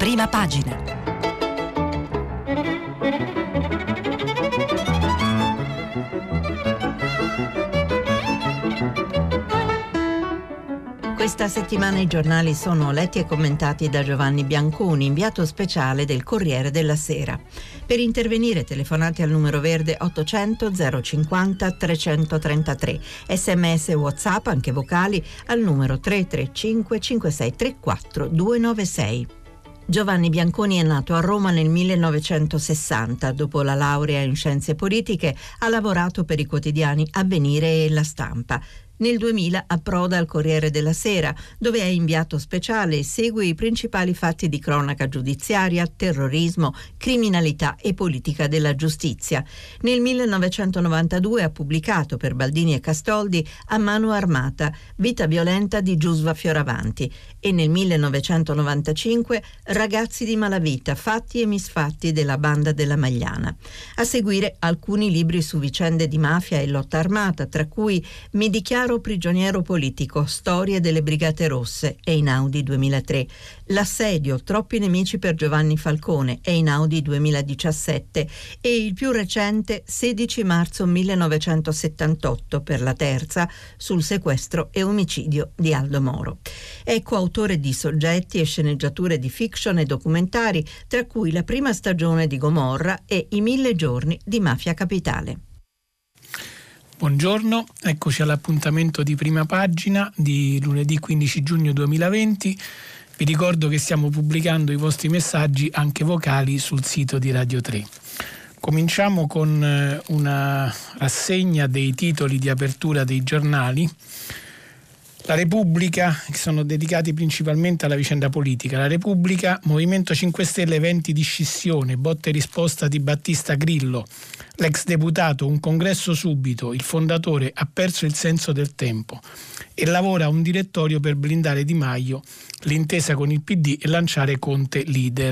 Prima pagina. Questa settimana i giornali sono letti e commentati da Giovanni Bianconi, inviato speciale del Corriere della Sera. Per intervenire telefonate al numero verde 800 050 333, sms e WhatsApp, anche vocali, al numero 335 5634 296. Giovanni Bianconi è nato a Roma nel 1960. Dopo la laurea in scienze politiche ha lavorato per i quotidiani Avvenire e La Stampa. Nel 2000 approda al Corriere della Sera, dove è inviato speciale e segue i principali fatti di cronaca giudiziaria, terrorismo, criminalità e politica della giustizia. Nel 1992 ha pubblicato per Baldini e Castoldi A mano armata, vita violenta di Giusva Fioravanti, e nel 1995 Ragazzi di malavita, fatti e misfatti della banda della Magliana. A seguire alcuni libri su vicende di mafia e lotta armata, tra cui Mi dichiaro prigioniero politico, storie delle Brigate Rosse, Einaudi 2003, L'assedio, troppi nemici per Giovanni Falcone, Einaudi 2017, e il più recente 16 marzo 1978 per La Terza, sul sequestro e omicidio di Aldo Moro. È coautore di soggetti e sceneggiature di fiction e documentari, tra cui la prima stagione di Gomorra e I 1000 giorni di Mafia Capitale. Buongiorno, eccoci all'appuntamento di Prima Pagina di lunedì 15 giugno 2020. Vi ricordo che stiamo pubblicando i vostri messaggi anche vocali sul sito di Radio 3. Cominciamo con una rassegna dei titoli di apertura dei giornali. La Repubblica, che sono dedicati principalmente alla vicenda politica. La Repubblica, Movimento 5 Stelle, eventi di scissione, botta e risposta di Battista Grillo. L'ex deputato, un congresso subito, il fondatore ha perso il senso del tempo e lavora a un direttorio per blindare Di Maio, l'intesa con il PD e lanciare Conte leader.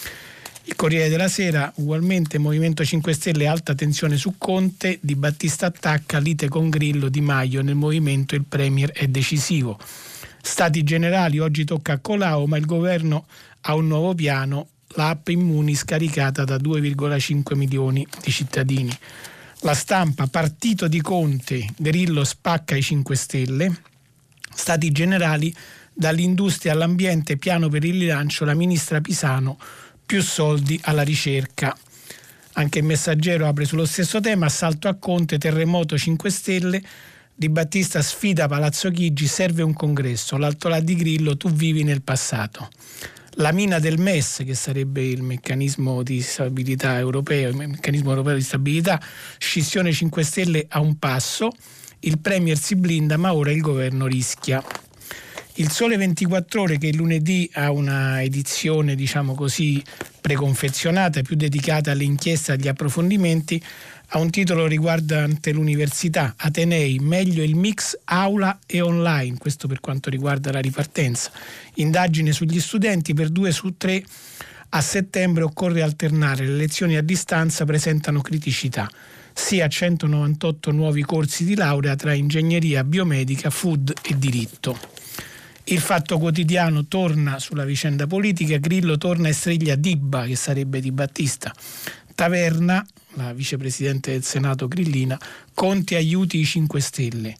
Il Corriere della Sera, ugualmente Movimento 5 Stelle, alta tensione su Conte, Di Battista attacca, lite con Grillo, Di Maio, nel movimento il Premier è decisivo. Stati generali, oggi tocca a Colau, ma il governo ha un nuovo piano, l'app Immuni scaricata da 2,5 milioni di cittadini. La Stampa, partito di Conte, Grillo spacca i 5 Stelle. Stati generali, dall'industria all'ambiente, piano per il rilancio, la ministra Pisano, più soldi alla ricerca. Anche il Messaggero apre sullo stesso tema, assalto a Conte, terremoto 5 Stelle, Di Battista sfida Palazzo Chigi, serve un congresso, l'altolà di Grillo, tu vivi nel passato. La mina del MES, che sarebbe il meccanismo di stabilità europeo, il meccanismo europeo di stabilità, scissione 5 Stelle a un passo, il Premier si blinda ma ora il governo rischia. Il Sole 24 Ore, che il lunedì ha una edizione, diciamo così, preconfezionata, più dedicata alle inchieste e agli approfondimenti, ha un titolo riguardante l'università. Atenei, meglio il mix aula e online, questo per quanto riguarda la ripartenza. Indagine sugli studenti, per 2 su 3 a settembre occorre alternare, le lezioni a distanza presentano criticità. Sì a 198 nuovi corsi di laurea tra ingegneria, biomedica, food e diritto. Il Fatto Quotidiano torna sulla vicenda politica, Grillo torna e streglia Dibba, che sarebbe Di Battista. Taverna, la vicepresidente del Senato Grillina, Conte aiuti i 5 Stelle.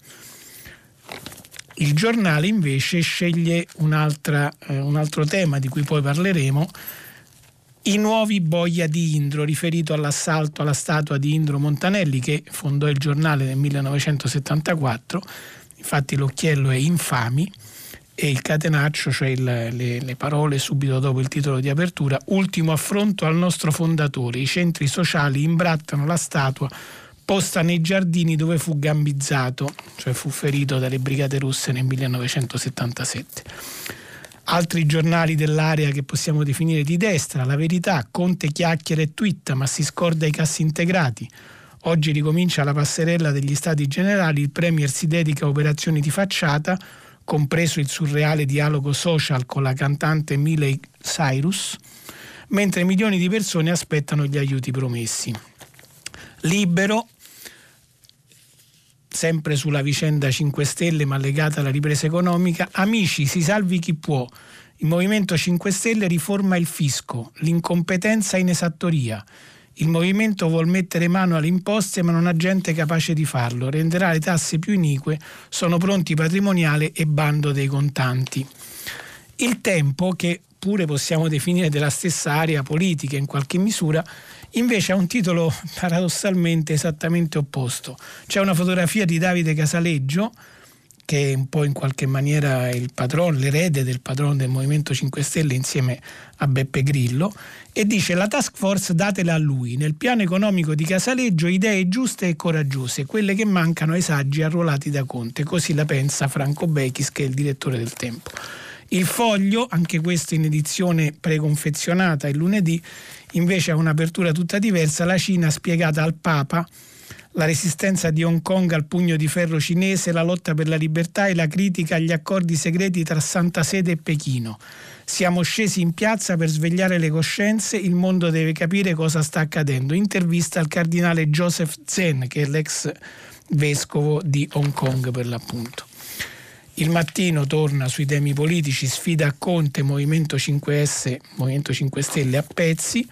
Il Giornale invece sceglie un altro tema di cui poi parleremo, i nuovi boia di Indro, riferito all'assalto alla statua di Indro Montanelli, che fondò il Giornale nel 1974. Infatti l'occhiello è infami, e il catenaccio, cioè le parole subito dopo il titolo di apertura, ultimo affronto al nostro fondatore, i centri sociali imbrattano la statua posta nei giardini dove fu gambizzato, cioè fu ferito dalle Brigate Rosse nel 1977. Altri giornali dell'area che possiamo definire di destra, La Verità, Conte chiacchiera e twitta ma si scorda i cassi integrati. Oggi ricomincia la passerella degli Stati Generali, il Premier si dedica a operazioni di facciata, compreso il surreale dialogo social con la cantante Miley Cyrus, mentre milioni di persone aspettano gli aiuti promessi. Libero, sempre sulla vicenda 5 Stelle ma legata alla ripresa economica, amici, si salvi chi può. Il Movimento 5 Stelle riforma il fisco, l'incompetenza in esattoria. Il movimento vuol mettere mano alle imposte ma non ha gente capace di farlo, renderà le tasse più inique, sono pronti patrimoniale e bando dei contanti. Il Tempo, che pure possiamo definire della stessa area politica in qualche misura, invece ha un titolo paradossalmente esattamente opposto. C'è una fotografia di Davide Casaleggio, che è un po' in qualche maniera il patrono, l'erede del patrono del Movimento 5 Stelle insieme a Beppe Grillo, e dice: la task force datela a lui, nel piano economico di Casaleggio idee giuste e coraggiose, quelle che mancano ai saggi arruolati da Conte, così la pensa Franco Bechis, che è il direttore del Tempo. Il Foglio, anche questo in edizione preconfezionata il lunedì, invece ha un'apertura tutta diversa, la Cina spiegata al Papa, la resistenza di Hong Kong al pugno di ferro cinese, la lotta per la libertà e la critica agli accordi segreti tra Santa Sede e Pechino. Siamo scesi in piazza per svegliare le coscienze, il mondo deve capire cosa sta accadendo. Intervista al cardinale Joseph Zen, che è l'ex vescovo di Hong Kong per l'appunto. Il Mattino torna sui temi politici, sfida a Conte, Movimento 5 Stelle a pezzi.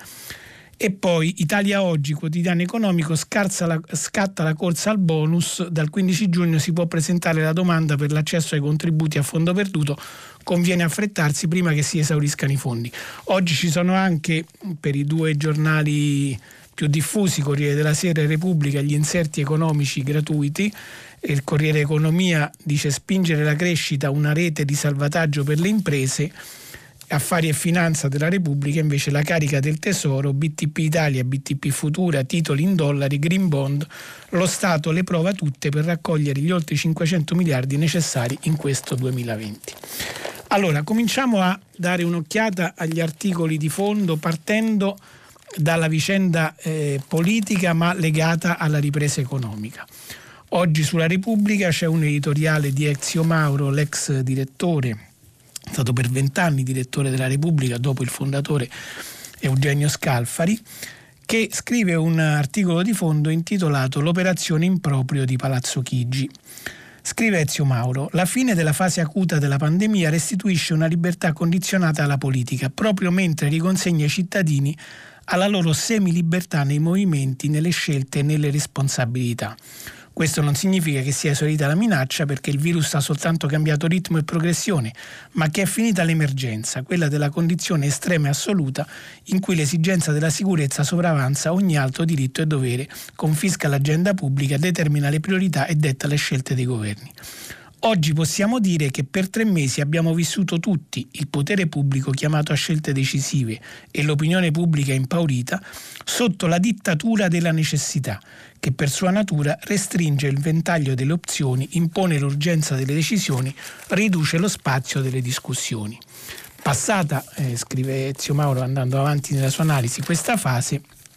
E poi Italia Oggi, quotidiano economico, scatta la corsa al bonus, dal 15 giugno si può presentare la domanda per l'accesso ai contributi a fondo perduto, conviene affrettarsi prima che si esauriscano i fondi. Oggi ci sono anche, per i due giornali più diffusi, Corriere della Sera e Repubblica, gli inserti economici gratuiti. Il Corriere Economia dice: spingere la crescita, una rete di salvataggio per le imprese. Affari e Finanza della Repubblica invece la carica del Tesoro, BTP Italia, BTP Futura, titoli in dollari, Green Bond, lo Stato le prova tutte per raccogliere gli oltre 500 miliardi necessari in questo 2020. Allora, cominciamo a dare un'occhiata agli articoli di fondo partendo dalla vicenda politica ma legata alla ripresa economica. Oggi sulla Repubblica c'è un editoriale di Ezio Mauro, l'ex direttore, è stato per 20 anni direttore della Repubblica dopo il fondatore Eugenio Scalfari, che scrive un articolo di fondo intitolato L'operazione in proprio di Palazzo Chigi. Scrive Ezio Mauro: la fine della fase acuta della pandemia restituisce una libertà condizionata alla politica, proprio mentre riconsegna ai cittadini alla loro semilibertà nei movimenti, nelle scelte e nelle responsabilità. Questo non significa che sia esaurita la minaccia, perché il virus ha soltanto cambiato ritmo e progressione, ma che è finita l'emergenza, quella della condizione estrema e assoluta in cui l'esigenza della sicurezza sopravanza ogni altro diritto e dovere, confisca l'agenda pubblica, determina le priorità e detta le scelte dei governi. Oggi possiamo dire che per 3 mesi abbiamo vissuto tutti, il potere pubblico chiamato a scelte decisive e l'opinione pubblica impaurita, sotto la dittatura della necessità, che per sua natura restringe il ventaglio delle opzioni, impone l'urgenza delle decisioni, riduce lo spazio delle discussioni. Passata, scrive Ezio Mauro andando avanti nella sua analisi, questa fase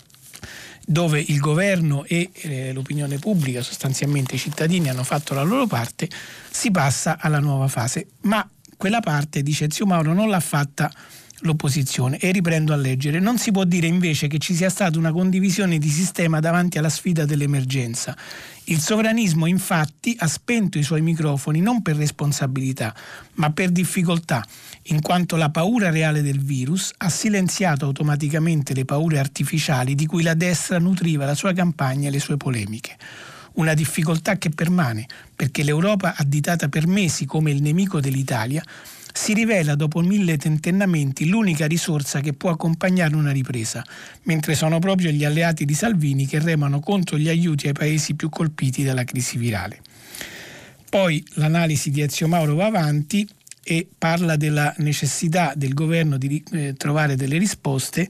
dove il governo e l'opinione pubblica, sostanzialmente i cittadini, hanno fatto la loro parte, si passa alla nuova fase. Ma quella parte, dice Ezio Mauro, non l'ha fatta l'opposizione, e riprendo a leggere: non si può dire invece che ci sia stata una condivisione di sistema davanti alla sfida dell'emergenza. Il sovranismo infatti ha spento i suoi microfoni non per responsabilità ma per difficoltà, in quanto la paura reale del virus ha silenziato automaticamente le paure artificiali di cui la destra nutriva la sua campagna e le sue polemiche. Una difficoltà che permane perché l'Europa, additata per mesi come il nemico dell'Italia, si rivela dopo 1000 tentennamenti l'unica risorsa che può accompagnare una ripresa, mentre sono proprio gli alleati di Salvini che remano contro gli aiuti ai paesi più colpiti dalla crisi virale. Poi l'analisi di Ezio Mauro va avanti e parla della necessità del governo di trovare delle risposte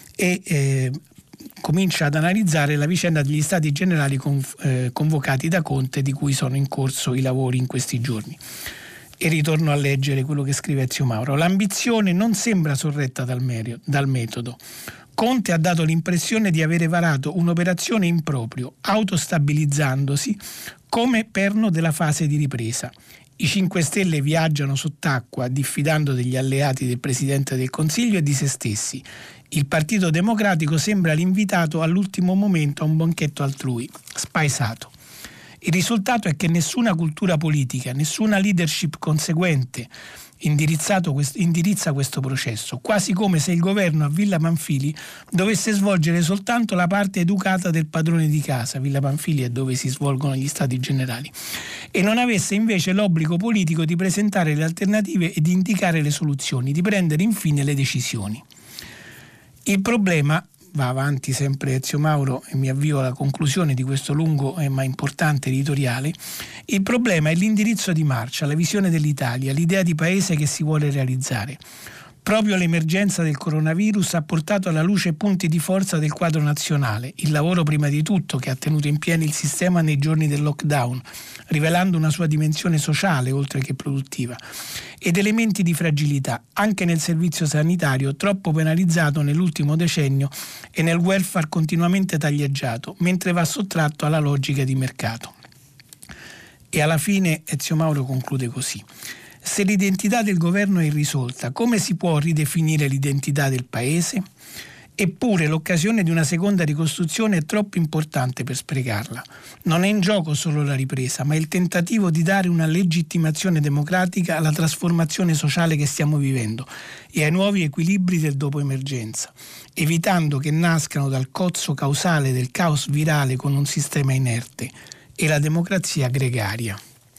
e comincia ad analizzare la vicenda degli stati generali convocati da Conte, di cui sono in corso i lavori in questi giorni. E ritorno a leggere quello che scrive Ezio Mauro. L'ambizione non sembra sorretta dal metodo. Conte ha dato l'impressione di avere varato un'operazione in proprio, autostabilizzandosi come perno della fase di ripresa. I 5 Stelle viaggiano sott'acqua, diffidando degli alleati del Presidente del Consiglio e di se stessi. Il Partito Democratico sembra l'invitato all'ultimo momento a un banchetto altrui, spaesato. Il risultato è che nessuna cultura politica, nessuna leadership conseguente indirizza questo processo, quasi come se il governo a Villa Pamphili dovesse svolgere soltanto la parte educata del padrone di casa. Villa Pamphili è dove si svolgono gli stati generali, e non avesse invece l'obbligo politico di presentare le alternative e di indicare le soluzioni, di prendere infine le decisioni. Il problema, va avanti sempre Ezio Mauro e mi avvio alla conclusione di questo lungo ma importante editoriale, il problema è l'indirizzo di marcia, la visione dell'Italia, l'idea di paese che si vuole realizzare. Proprio l'emergenza del coronavirus ha portato alla luce punti di forza del quadro nazionale, il lavoro prima di tutto che ha tenuto in piedi il sistema nei giorni del lockdown, rivelando una sua dimensione sociale oltre che produttiva, ed elementi di fragilità anche nel servizio sanitario troppo penalizzato nell'ultimo decennio e nel welfare continuamente taglieggiato, mentre va sottratto alla logica di mercato. E alla fine Ezio Mauro conclude così: se l'identità del governo è irrisolta, come si può ridefinire l'identità del paese? Eppure l'occasione di una seconda ricostruzione è troppo importante per sprecarla. Non è in gioco solo la ripresa, ma il tentativo di dare una legittimazione democratica alla trasformazione sociale che stiamo vivendo e ai nuovi equilibri del dopo-emergenza, evitando che nascano dal cozzo causale del caos virale con un sistema inerte e la democrazia gregaria.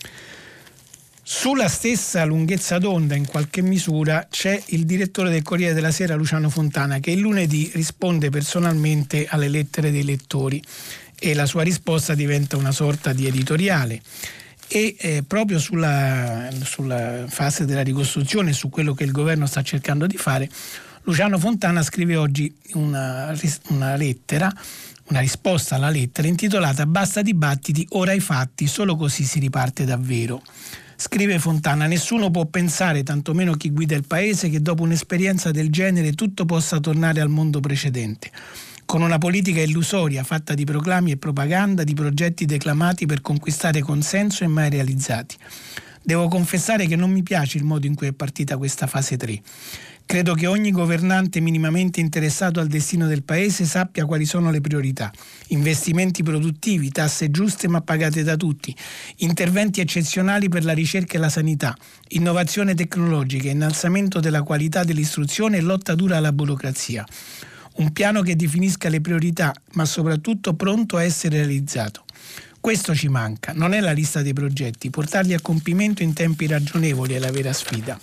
Sulla stessa lunghezza d'onda, in qualche misura, c'è il direttore del Corriere della Sera, Luciano Fontana, che il lunedì risponde personalmente alle lettere dei lettori e la sua risposta diventa una sorta di editoriale. E proprio sulla fase della ricostruzione, su quello che il governo sta cercando di fare, Luciano Fontana scrive oggi una lettera, una risposta alla lettera intitolata "Basta dibattiti, ora ai fatti, solo così si riparte davvero". Scrive Fontana: nessuno può pensare, tantomeno chi guida il paese, che dopo un'esperienza del genere tutto possa tornare al mondo precedente, con una politica illusoria fatta di proclami e propaganda, di progetti declamati per conquistare consenso e mai realizzati. Devo confessare che non mi piace il modo in cui è partita questa fase 3. Credo che ogni governante minimamente interessato al destino del paese sappia quali sono le priorità: investimenti produttivi, tasse giuste ma pagate da tutti, interventi eccezionali per la ricerca e la sanità, innovazione tecnologica, innalzamento della qualità dell'istruzione e lotta dura alla burocrazia. Un piano che definisca le priorità, ma soprattutto pronto a essere realizzato. Questo ci manca, non è la lista dei progetti, portarli a compimento in tempi ragionevoli è la vera sfida.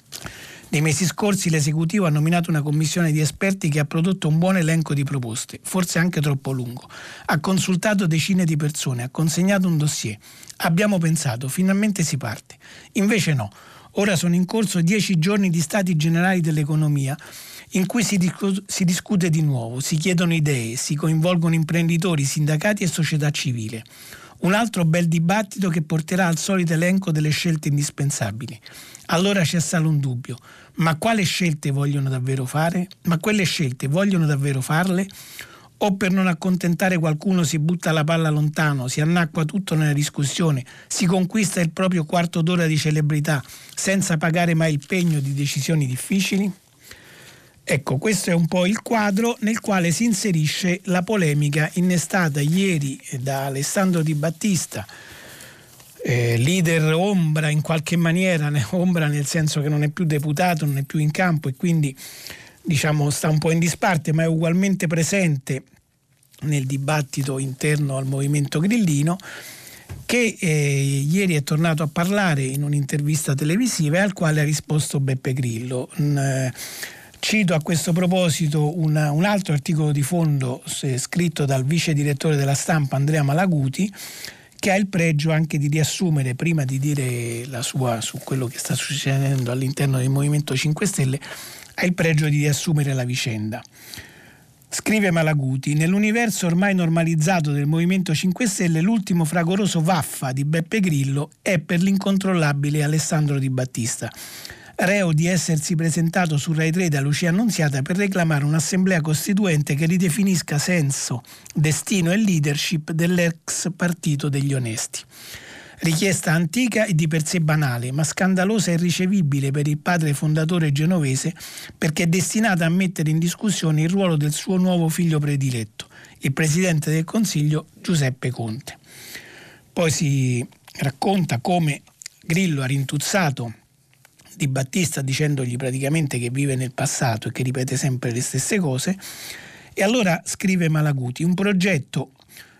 Nei mesi scorsi l'esecutivo ha nominato una commissione di esperti che ha prodotto un buon elenco di proposte, forse anche troppo lungo. Ha consultato decine di persone, ha consegnato un dossier. Abbiamo pensato, finalmente si parte. Invece no. Ora sono in corso 10 giorni di stati generali dell'economia in cui si discute di nuovo, si chiedono idee, si coinvolgono imprenditori, sindacati e società civile. Un altro bel dibattito che porterà al solito elenco delle scelte indispensabili. Allora ci assale un dubbio: ma quale scelte vogliono davvero fare? Ma quelle scelte vogliono davvero farle? O per non accontentare qualcuno si butta la palla lontano, si annacqua tutto nella discussione, si conquista il proprio quarto d'ora di celebrità senza pagare mai il pegno di decisioni difficili? Ecco, questo è un po' il quadro nel quale si inserisce la polemica innestata ieri da Alessandro Di Battista, leader ombra in qualche maniera, ombra nel senso che non è più deputato, non è più in campo e quindi diciamo sta un po' in disparte, ma è ugualmente presente nel dibattito interno al movimento grillino, che ieri è tornato a parlare in un'intervista televisiva e al quale ha risposto Beppe Grillo. Cito a questo proposito un altro articolo di fondo scritto dal vice direttore della Stampa Andrea Malaguti, che ha il pregio anche di riassumere, prima di dire la sua su quello che sta succedendo all'interno del Movimento 5 Stelle, ha il pregio di riassumere la vicenda. Scrive Malaguti: nell'universo ormai normalizzato del Movimento 5 Stelle l'ultimo fragoroso vaffa di Beppe Grillo è per l'incontrollabile Alessandro Di Battista, reo di essersi presentato su Rai 3 da Lucia Annunziata per reclamare un'assemblea costituente che ridefinisca senso, destino e leadership dell'ex partito degli onesti. Richiesta antica e di per sé banale, ma scandalosa e irricevibile per il padre fondatore genovese, perché è destinata a mettere in discussione il ruolo del suo nuovo figlio prediletto, il presidente del Consiglio Giuseppe Conte. Poi si racconta come Grillo ha rintuzzato Di Battista dicendogli praticamente che vive nel passato e che ripete sempre le stesse cose. E allora scrive Malaguti, un progetto,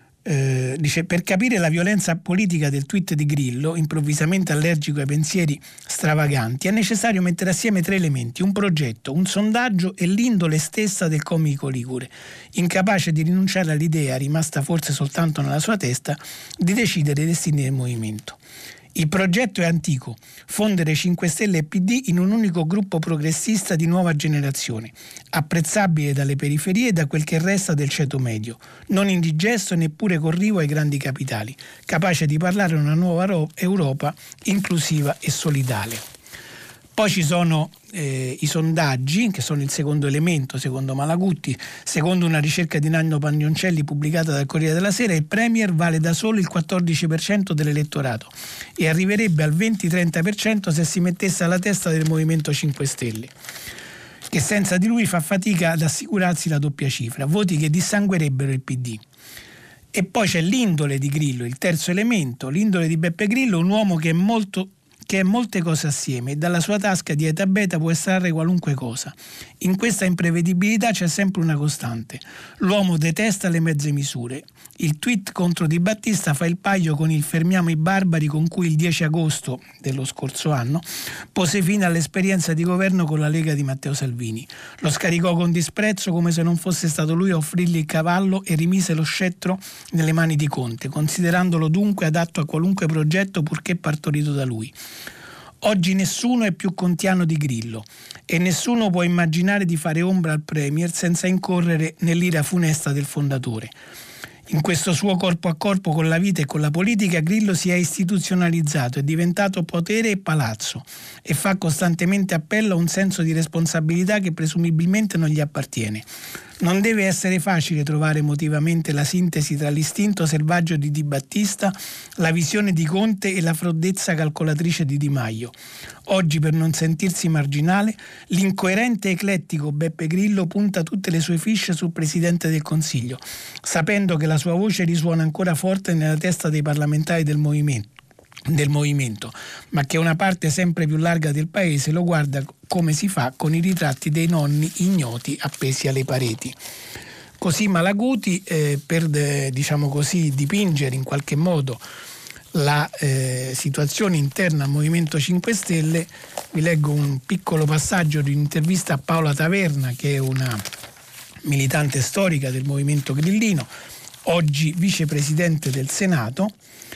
dice, per capire la violenza politica del tweet di Grillo, improvvisamente allergico ai pensieri stravaganti, è necessario mettere assieme 3 elementi: un progetto, un sondaggio e l'indole stessa del comico ligure, incapace di rinunciare all'idea, rimasta forse soltanto nella sua testa, di decidere i destini del movimento. Il progetto è antico, fondere 5 Stelle e PD in un unico gruppo progressista di nuova generazione, apprezzabile dalle periferie e da quel che resta del ceto medio, non indigesto e neppure corrivo ai grandi capitali, capace di parlare una nuova Europa inclusiva e solidale. Poi ci sono i sondaggi, che sono il secondo elemento, secondo Malaguti. Secondo una ricerca di Nanno Pagnoncelli pubblicata dal Corriere della Sera, il Premier vale da solo il 14% dell'elettorato e arriverebbe al 20-30% se si mettesse alla testa del Movimento 5 Stelle, che senza di lui fa fatica ad assicurarsi la doppia cifra, voti che dissanguerebbero il PD. E poi c'è l'indole di Grillo, il terzo elemento, l'indole di Beppe Grillo, un uomo che è molte cose assieme e dalla sua tasca di eta beta può estrarre qualunque cosa. In questa imprevedibilità c'è sempre una costante. L'uomo detesta le mezze misure. Il tweet contro Di Battista fa il paio con il "fermiamo i barbari" con cui il 10 agosto dello scorso anno pose fine all'esperienza di governo con la Lega di Matteo Salvini. Lo scaricò con disprezzo come se non fosse stato lui a offrirgli il cavallo e rimise lo scettro nelle mani di Conte, considerandolo dunque adatto a qualunque progetto purché partorito da lui. Oggi nessuno è più contiano di Grillo e nessuno può immaginare di fare ombra al Premier senza incorrere nell'ira funesta del fondatore. In questo suo corpo a corpo con la vita e con la politica, Grillo si è istituzionalizzato, è diventato potere e palazzo e fa costantemente appello a un senso di responsabilità che presumibilmente non gli appartiene. Non deve essere facile trovare emotivamente la sintesi tra l'istinto selvaggio di Di Battista, la visione di Conte e la freddezza calcolatrice di Di Maio. Oggi, per non sentirsi marginale, l'incoerente e eclettico Beppe Grillo punta tutte le sue fiche sul Presidente del Consiglio, sapendo che la sua voce risuona ancora forte nella testa dei parlamentari del movimento, ma che una parte sempre più larga del paese lo guarda come si fa con i ritratti dei nonni ignoti appesi alle pareti. Così Malaguti, per diciamo così dipingere in qualche modo la situazione interna al Movimento 5 Stelle, vi leggo un piccolo passaggio di un'intervista a Paola Taverna, che è una militante storica del movimento grillino, oggi vicepresidente del Senato,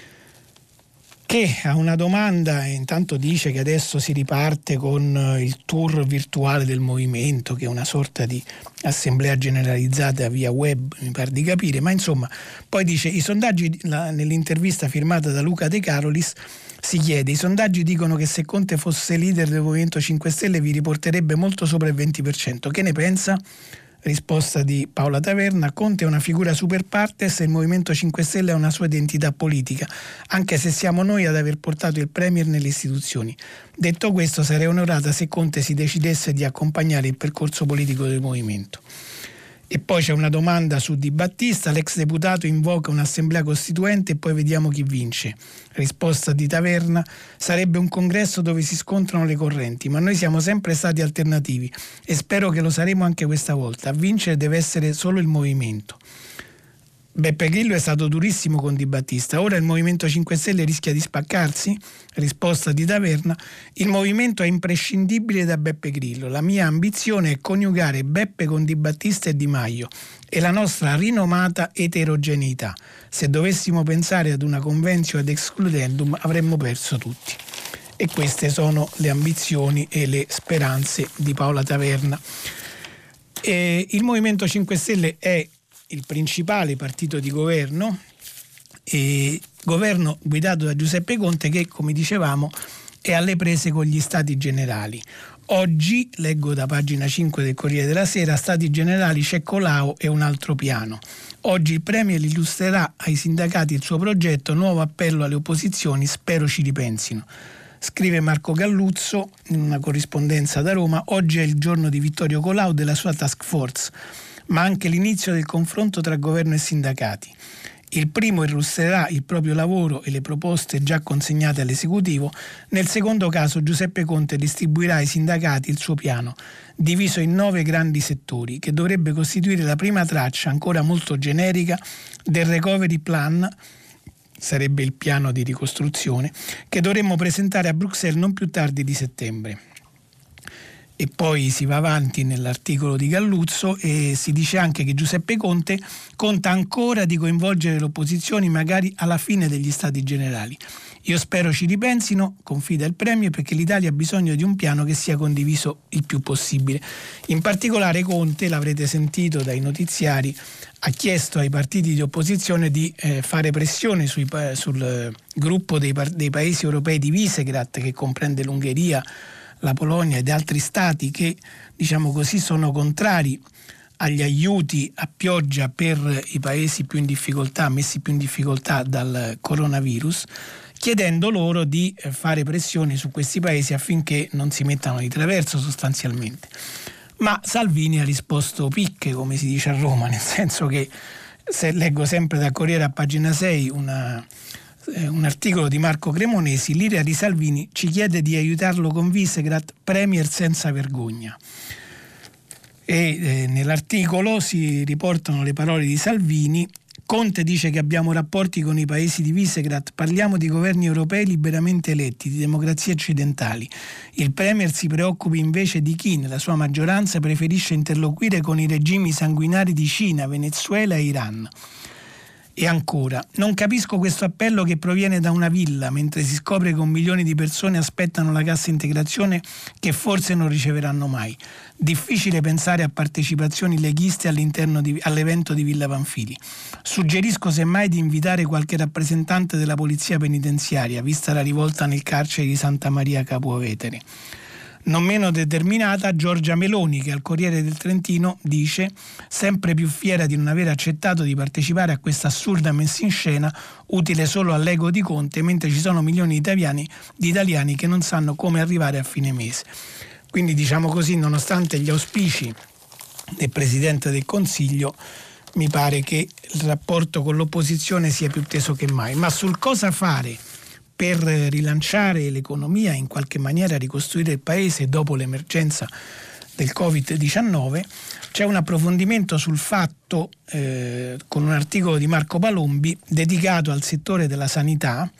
che a una domanda intanto dice che adesso si riparte con il tour virtuale del movimento, che è una sorta di assemblea generalizzata via web, mi pare di capire, ma insomma poi dice i sondaggi, nell'intervista firmata da Luca De Carolis si chiede: i sondaggi dicono che se Conte fosse leader del Movimento 5 Stelle vi riporterebbe molto sopra il 20%, che ne pensa? Risposta di Paola Taverna: Conte è una figura super partes e il Movimento 5 Stelle ha una sua identità politica, anche se siamo noi ad aver portato il Premier nelle istituzioni. Detto questo, sarei onorata se Conte si decidesse di accompagnare il percorso politico del Movimento. E poi c'è una domanda su Di Battista: l'ex deputato invoca un'assemblea costituente e poi vediamo chi vince. Risposta di Taverna: sarebbe un congresso dove si scontrano le correnti, ma noi siamo sempre stati alternativi e spero che lo saremo anche questa volta. A vincere deve essere solo il movimento. Beppe Grillo è stato durissimo con Di Battista, ora il Movimento 5 Stelle rischia di spaccarsi? Risposta di Taverna: il movimento è imprescindibile da Beppe Grillo, la mia ambizione è coniugare Beppe con Di Battista e Di Maio e la nostra rinomata eterogeneità. Se dovessimo pensare ad una conventio ad excludendum avremmo perso tutti. E queste sono le ambizioni e le speranze di Paola Taverna. Il Movimento 5 Stelle è il principale partito di governo, governo guidato da Giuseppe Conte, che, come dicevamo, è alle prese con gli Stati Generali. Oggi, leggo da pagina 5 del Corriere della Sera, Stati Generali, c'è Colau e un altro piano. Oggi il Premier illustrerà ai sindacati il suo progetto, nuovo appello alle opposizioni, spero ci ripensino. Scrive Marco Galluzzo in una corrispondenza da Roma: oggi è il giorno di Vittorio Colau della sua task force, ma anche l'inizio del confronto tra governo e sindacati. Il primo illustrerà il proprio lavoro e le proposte già consegnate all'esecutivo. Nel secondo caso Giuseppe Conte distribuirà ai sindacati il suo piano, diviso in 9 grandi settori, che dovrebbe costituire la prima traccia, ancora molto generica, del Recovery Plan, sarebbe il piano di ricostruzione, che dovremmo presentare a Bruxelles non più tardi di settembre. E poi si va avanti nell'articolo di Galluzzo e si dice anche che Giuseppe Conte conta ancora di coinvolgere le opposizioni magari alla fine degli Stati Generali. Io spero ci ripensino, confida il Premier, perché l'Italia ha bisogno di un piano che sia condiviso il più possibile. In particolare Conte, l'avrete sentito dai notiziari, ha chiesto ai partiti di opposizione di fare pressione sul gruppo dei paesi europei di Visegrad, che comprende l'Ungheria, la Polonia ed altri stati che, diciamo così, sono contrari agli aiuti a pioggia per i paesi più in difficoltà, messi più in difficoltà dal coronavirus, chiedendo loro di fare pressione su questi paesi affinché non si mettano di traverso sostanzialmente. Ma Salvini ha risposto picche, come si dice a Roma, nel senso che, se leggo sempre da Corriere a pagina 6 un articolo di Marco Cremonesi, l'ira di Salvini ci chiede di aiutarlo con Visegrad, Premier senza vergogna. E nell'articolo si riportano le parole di Salvini. Conte dice che abbiamo rapporti con i paesi di Visegrad, parliamo di governi europei liberamente eletti, di democrazie occidentali. Il Premier si preoccupi invece di chi, nella sua maggioranza, preferisce interloquire con i regimi sanguinari di Cina, Venezuela e Iran. E ancora, non capisco questo appello che proviene da una villa, mentre si scopre che 1 milione di persone aspettano la cassa integrazione che forse non riceveranno mai. Difficile pensare a partecipazioni leghiste all'evento di Villa Pamphili. Suggerisco semmai di invitare qualche rappresentante della polizia penitenziaria, vista la rivolta nel carcere di Santa Maria Capua Vetere. Non meno determinata Giorgia Meloni, che al Corriere del Trentino dice sempre più fiera di non aver accettato di partecipare a questa assurda messa in scena utile solo all'ego di Conte, mentre ci sono milioni di italiani che non sanno come arrivare a fine mese. Quindi, diciamo così, nonostante gli auspici del Presidente del Consiglio, mi pare che il rapporto con l'opposizione sia più teso che mai. Ma sul cosa fare per rilanciare l'economia e in qualche maniera ricostruire il Paese dopo l'emergenza del Covid-19, c'è un approfondimento sul fatto con un articolo di Marco Palombi dedicato al settore della sanità,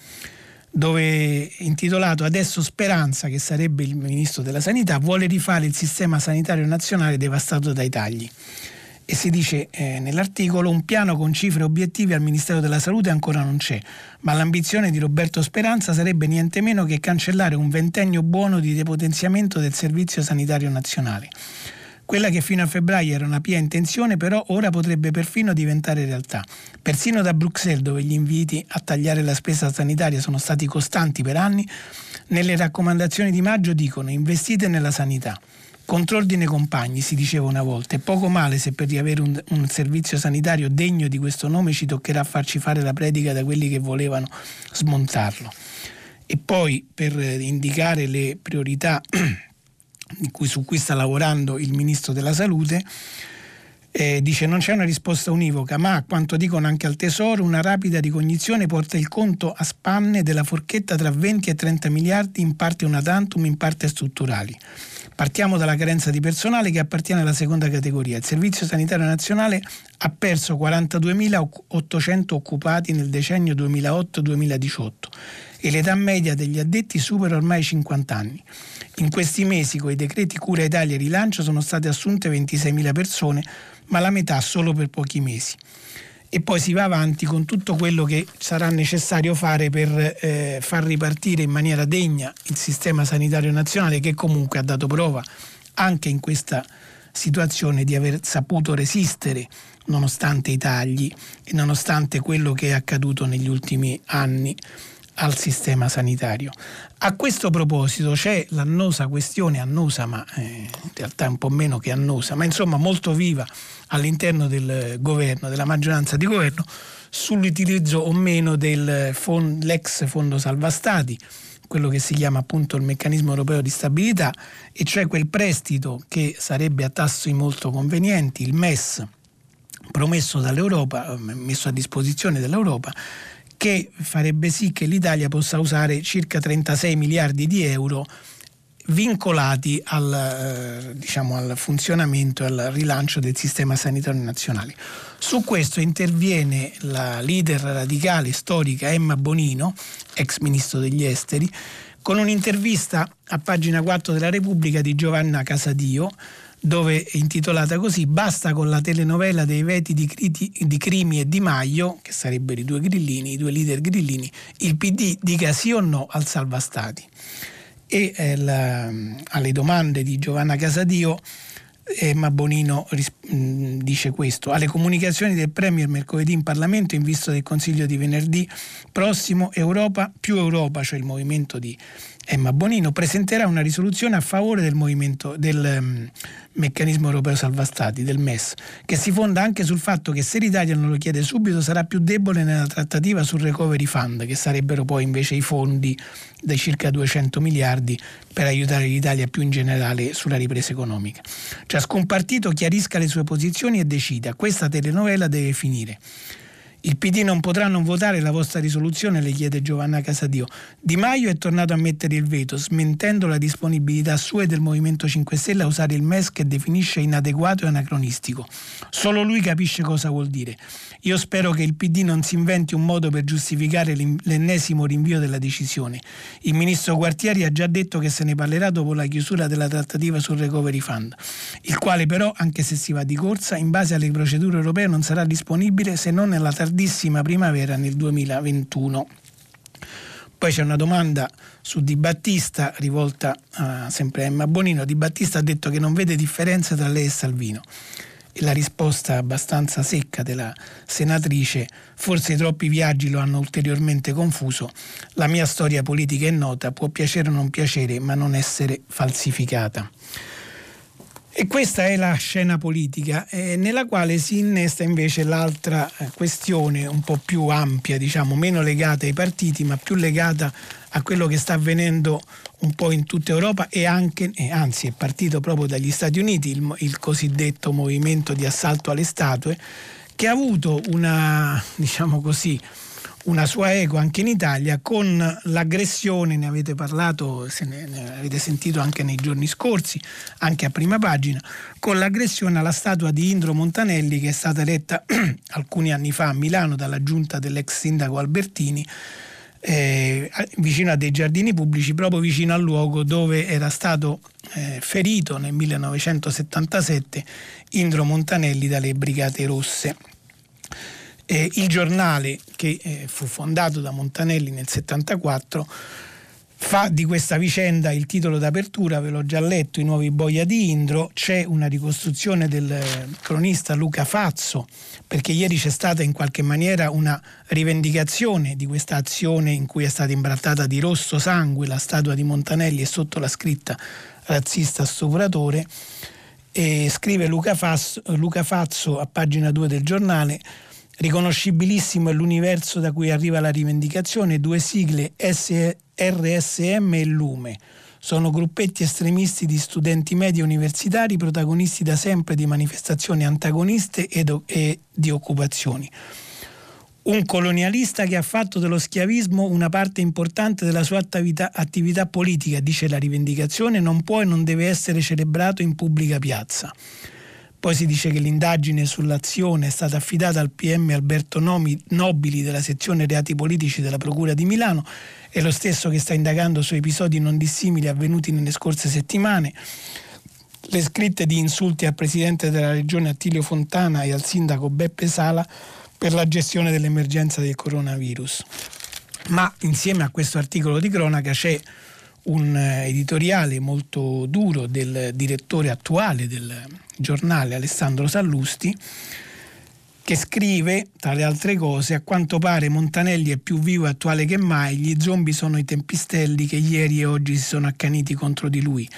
dove intitolato "Adesso Speranza", che sarebbe il ministro della sanità, vuole rifare il sistema sanitario nazionale devastato dai tagli. E si dice nell'articolo: un piano con cifre e obiettivi al Ministero della Salute ancora non c'è, ma l'ambizione di Roberto Speranza sarebbe niente meno che cancellare un ventennio buono di depotenziamento del Servizio Sanitario Nazionale. Quella che fino a febbraio era una pia intenzione, però ora potrebbe perfino diventare realtà. Persino da Bruxelles, dove gli inviti a tagliare la spesa sanitaria sono stati costanti per anni, nelle raccomandazioni di maggio dicono: investite nella sanità. Contrordine compagni, si diceva una volta, e poco male se per riavere un servizio sanitario degno di questo nome ci toccherà farci fare la predica da quelli che volevano smontarlo. E poi, per indicare le priorità su cui sta lavorando il Ministro della Salute, dice: non c'è una risposta univoca, ma a quanto dicono anche al Tesoro una rapida ricognizione porta il conto a spanne della forchetta tra 20 e 30 miliardi, in parte una tantum, in parte strutturali. Partiamo dalla carenza di personale, che appartiene alla seconda categoria. Il Servizio Sanitario Nazionale ha perso 42.800 occupati nel decennio 2008-2018 e l'età media degli addetti supera ormai i 50 anni. In questi mesi, con i decreti Cura Italia e Rilancio, sono state assunte 26.000 persone, ma la metà solo per pochi mesi. E poi si va avanti con tutto quello che sarà necessario fare per far ripartire in maniera degna il sistema sanitario nazionale, che comunque ha dato prova anche in questa situazione di aver saputo resistere nonostante i tagli e nonostante quello che è accaduto negli ultimi anni al sistema sanitario. A questo proposito c'è l'annosa questione, annosa ma in realtà un po' meno che annosa, ma insomma molto viva all'interno del governo, della maggioranza di governo, sull'utilizzo o meno dell'ex fondo salva stati, quello che si chiama appunto il meccanismo europeo di stabilità, e cioè quel prestito che sarebbe a tassi molto convenienti, il MES, promesso dall'Europa, messo a disposizione dell'Europa, che farebbe sì che l'Italia possa usare circa 36 miliardi di euro vincolati al funzionamento e al rilancio del sistema sanitario nazionale. Su questo interviene la leader radicale storica Emma Bonino, ex ministro degli esteri, con un'intervista a pagina 4 della Repubblica di Giovanna Casadio, dove è intitolata così: basta con la telenovela dei veti di Crimi e Di Maio, che sarebbero i due leader grillini, il PD dica sì o no al salva stati. E alle domande di Giovanna Casadio, Emma Bonino dice questo: alle comunicazioni del Premier mercoledì in Parlamento in vista del Consiglio di venerdì prossimo, più Europa, cioè il movimento di Emma Bonino, presenterà una risoluzione a favore del meccanismo europeo salva stati, del MES, che si fonda anche sul fatto che se l'Italia non lo chiede subito sarà più debole nella trattativa sul recovery fund, che sarebbero poi invece i fondi dai circa 200 miliardi per aiutare l'Italia più in generale sulla ripresa economica. Ciascun partito chiarisca le sue posizioni e decida: questa telenovela deve finire. Il PD non potrà non votare la vostra risoluzione, le chiede Giovanna Casadio. Di Maio è tornato a mettere il veto, smentendo la disponibilità sua e del Movimento 5 Stelle a usare il MES, che definisce inadeguato e anacronistico. Solo lui capisce cosa vuol dire. Io spero che il PD non si inventi un modo per giustificare l'ennesimo rinvio della decisione. Il ministro Gualtieri ha già detto che se ne parlerà dopo la chiusura della trattativa sul recovery fund, il quale però, anche se si va di corsa, in base alle procedure europee non sarà disponibile se non nella tardissima primavera nel 2021. Poi c'è una domanda su Di Battista rivolta sempre a Emma Bonino. Di Battista ha detto che non vede differenza tra lei e Salvino. E la risposta abbastanza secca della senatrice: forse i troppi viaggi lo hanno ulteriormente confuso. La mia storia politica è nota, può piacere o non piacere, ma non essere falsificata. E questa è la scena politica, nella quale si innesta invece l'altra questione un po' più ampia, diciamo meno legata ai partiti, ma più legata a quello che sta avvenendo un po' in tutta Europa e anzi è partito proprio dagli Stati Uniti, il cosiddetto movimento di assalto alle statue, che ha avuto una sua eco anche in Italia con l'aggressione, ne avete parlato, ne avete sentito anche nei giorni scorsi, anche a prima pagina, con l'aggressione alla statua di Indro Montanelli, che è stata eretta alcuni anni fa a Milano dalla giunta dell'ex sindaco Albertini, vicino a dei giardini pubblici, proprio vicino al luogo dove era stato ferito nel 1977 Indro Montanelli dalle Brigate Rosse. Il giornale, che fu fondato da Montanelli nel 1974, fa di questa vicenda il titolo d'apertura, ve l'ho già letto, I nuovi boia di Indro. C'è una ricostruzione del cronista Luca Fazzo, perché ieri c'è stata in qualche maniera una rivendicazione di questa azione in cui è stata imbrattata di rosso sangue la statua di Montanelli e sotto la scritta razzista stupratore. E scrive Luca Fazzo a pagina 2 del giornale: riconoscibilissimo è l'universo da cui arriva la rivendicazione, due sigle RSM e Lume. Sono gruppetti estremisti di studenti medi universitari, protagonisti da sempre di manifestazioni antagoniste e di occupazioni. Un colonialista che ha fatto dello schiavismo una parte importante della sua attività politica, dice la rivendicazione, non può e non deve essere celebrato in pubblica piazza. Poi si dice che l'indagine sull'azione è stata affidata al PM Alberto Nobili della sezione reati politici della Procura di Milano, è lo stesso che sta indagando su episodi non dissimili avvenuti nelle scorse settimane. Le scritte di insulti al Presidente della Regione Attilio Fontana e al Sindaco Beppe Sala per la gestione dell'emergenza del coronavirus. Ma insieme a questo articolo di cronaca c'è un editoriale molto duro del direttore attuale del giornale, Alessandro Sallusti, che scrive, tra le altre cose: a quanto pare Montanelli è più vivo e attuale che mai, gli zombie sono i tempistelli che ieri e oggi si sono accaniti contro di lui.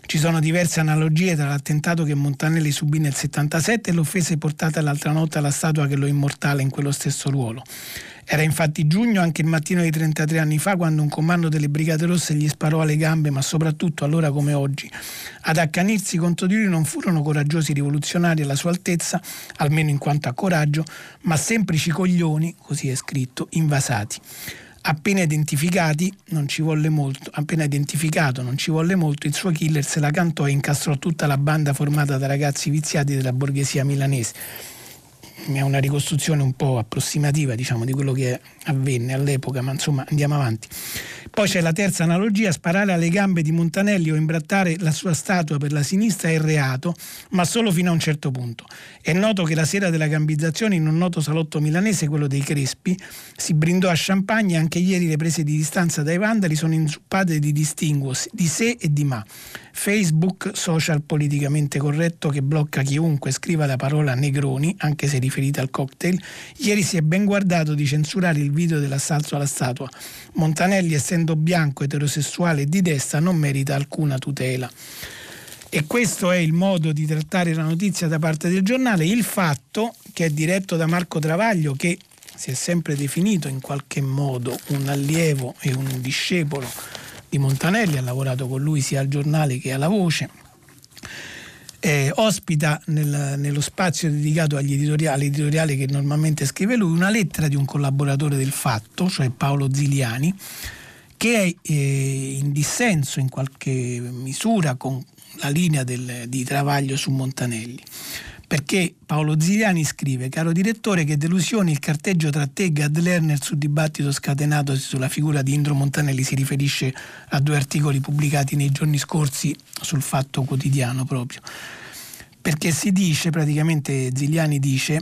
Ci sono diverse analogie tra l'attentato che Montanelli subì nel 77 e l'offesa portata l'altra notte alla statua che lo immortala in quello stesso ruolo. Era infatti giugno, anche il mattino di 33 anni fa, quando un comando delle Brigate Rosse gli sparò alle gambe, ma soprattutto allora come oggi. Ad accanirsi contro di lui non furono coraggiosi rivoluzionari alla sua altezza, almeno in quanto a coraggio, ma semplici coglioni, così è scritto, invasati. Appena identificato, non ci volle molto, il suo killer se la cantò e incastrò tutta la banda formata da ragazzi viziati della borghesia milanese. È una ricostruzione un po' approssimativa, diciamo, di quello che avvenne all'epoca, ma insomma andiamo avanti. Poi c'è la terza analogia: sparare alle gambe di Montanelli o imbrattare la sua statua per la sinistra è reato, ma solo fino a un certo punto. È noto che la sera della gambizzazione in un noto salotto milanese, quello dei Crespi, si brindò a champagne e anche ieri le prese di distanza dai vandali sono inzuppate di distinguo di sé e di ma. Facebook, social politicamente corretto che blocca chiunque scriva la parola Negroni, anche se riferita al cocktail, ieri si è ben guardato di censurare il video dell'assalto alla statua. Montanelli, essendo bianco, eterosessuale e di destra, non merita alcuna tutela. E questo è il modo di trattare la notizia da parte del giornale. Il Fatto, che è diretto da Marco Travaglio, che si è sempre definito in qualche modo un allievo e un discepolo di Montanelli, ha lavorato con lui sia al giornale che alla Voce, ospita nello spazio dedicato all'editoriale che normalmente scrive lui una lettera di un collaboratore del Fatto, cioè Paolo Ziliani, che è in dissenso in qualche misura con la linea di Travaglio su Montanelli. Perché Paolo Ziliani scrive: caro direttore, che delusione il carteggio tra te e Gad Lerner sul dibattito scatenatosi sulla figura di Indro Montanelli. Si riferisce a 2 articoli pubblicati nei giorni scorsi sul Fatto Quotidiano proprio. Perché si dice, praticamente Ziliani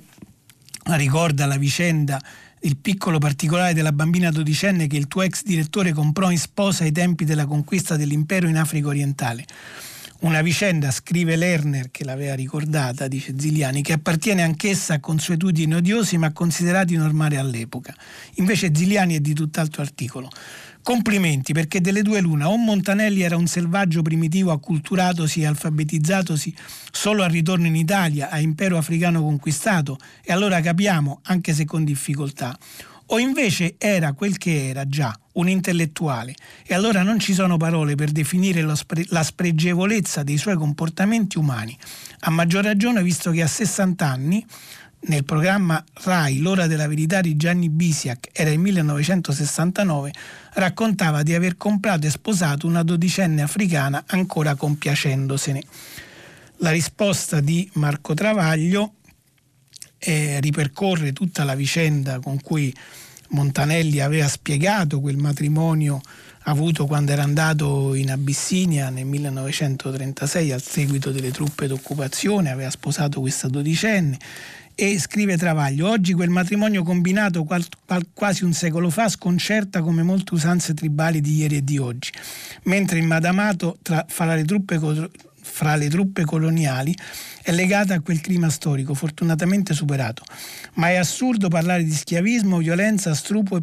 ricorda la vicenda, il piccolo particolare della bambina dodicenne che il tuo ex direttore comprò in sposa ai tempi della conquista dell'impero in Africa orientale. Una vicenda, scrive Lerner, che l'aveva ricordata, dice Ziliani, che appartiene anch'essa a consuetudini odiose ma considerati normali all'epoca. Invece Ziliani è di tutt'altro articolo. Complimenti, perché delle due l'una: o Montanelli era un selvaggio primitivo acculturatosi e alfabetizzatosi solo al ritorno in Italia, a impero africano conquistato, e allora capiamo, anche se con difficoltà, o invece era quel che era già, un intellettuale, e allora non ci sono parole per definire la spregevolezza dei suoi comportamenti umani, a maggior ragione visto che a 60 anni, nel programma Rai L'ora della verità di Gianni Bisiak, era il 1969, raccontava di aver comprato e sposato una dodicenne africana ancora compiacendosene. La risposta di Marco Travaglio ripercorre tutta la vicenda con cui Montanelli aveva spiegato quel matrimonio avuto quando era andato in Abissinia nel 1936 al seguito delle truppe d'occupazione, aveva sposato questa dodicenne. E scrive Travaglio: oggi quel matrimonio combinato quasi un secolo fa sconcerta come molte usanze tribali di ieri e di oggi, mentre il madamato fra le truppe coloniali è legata a quel clima storico fortunatamente superato. Ma è assurdo parlare di schiavismo, violenza, stupro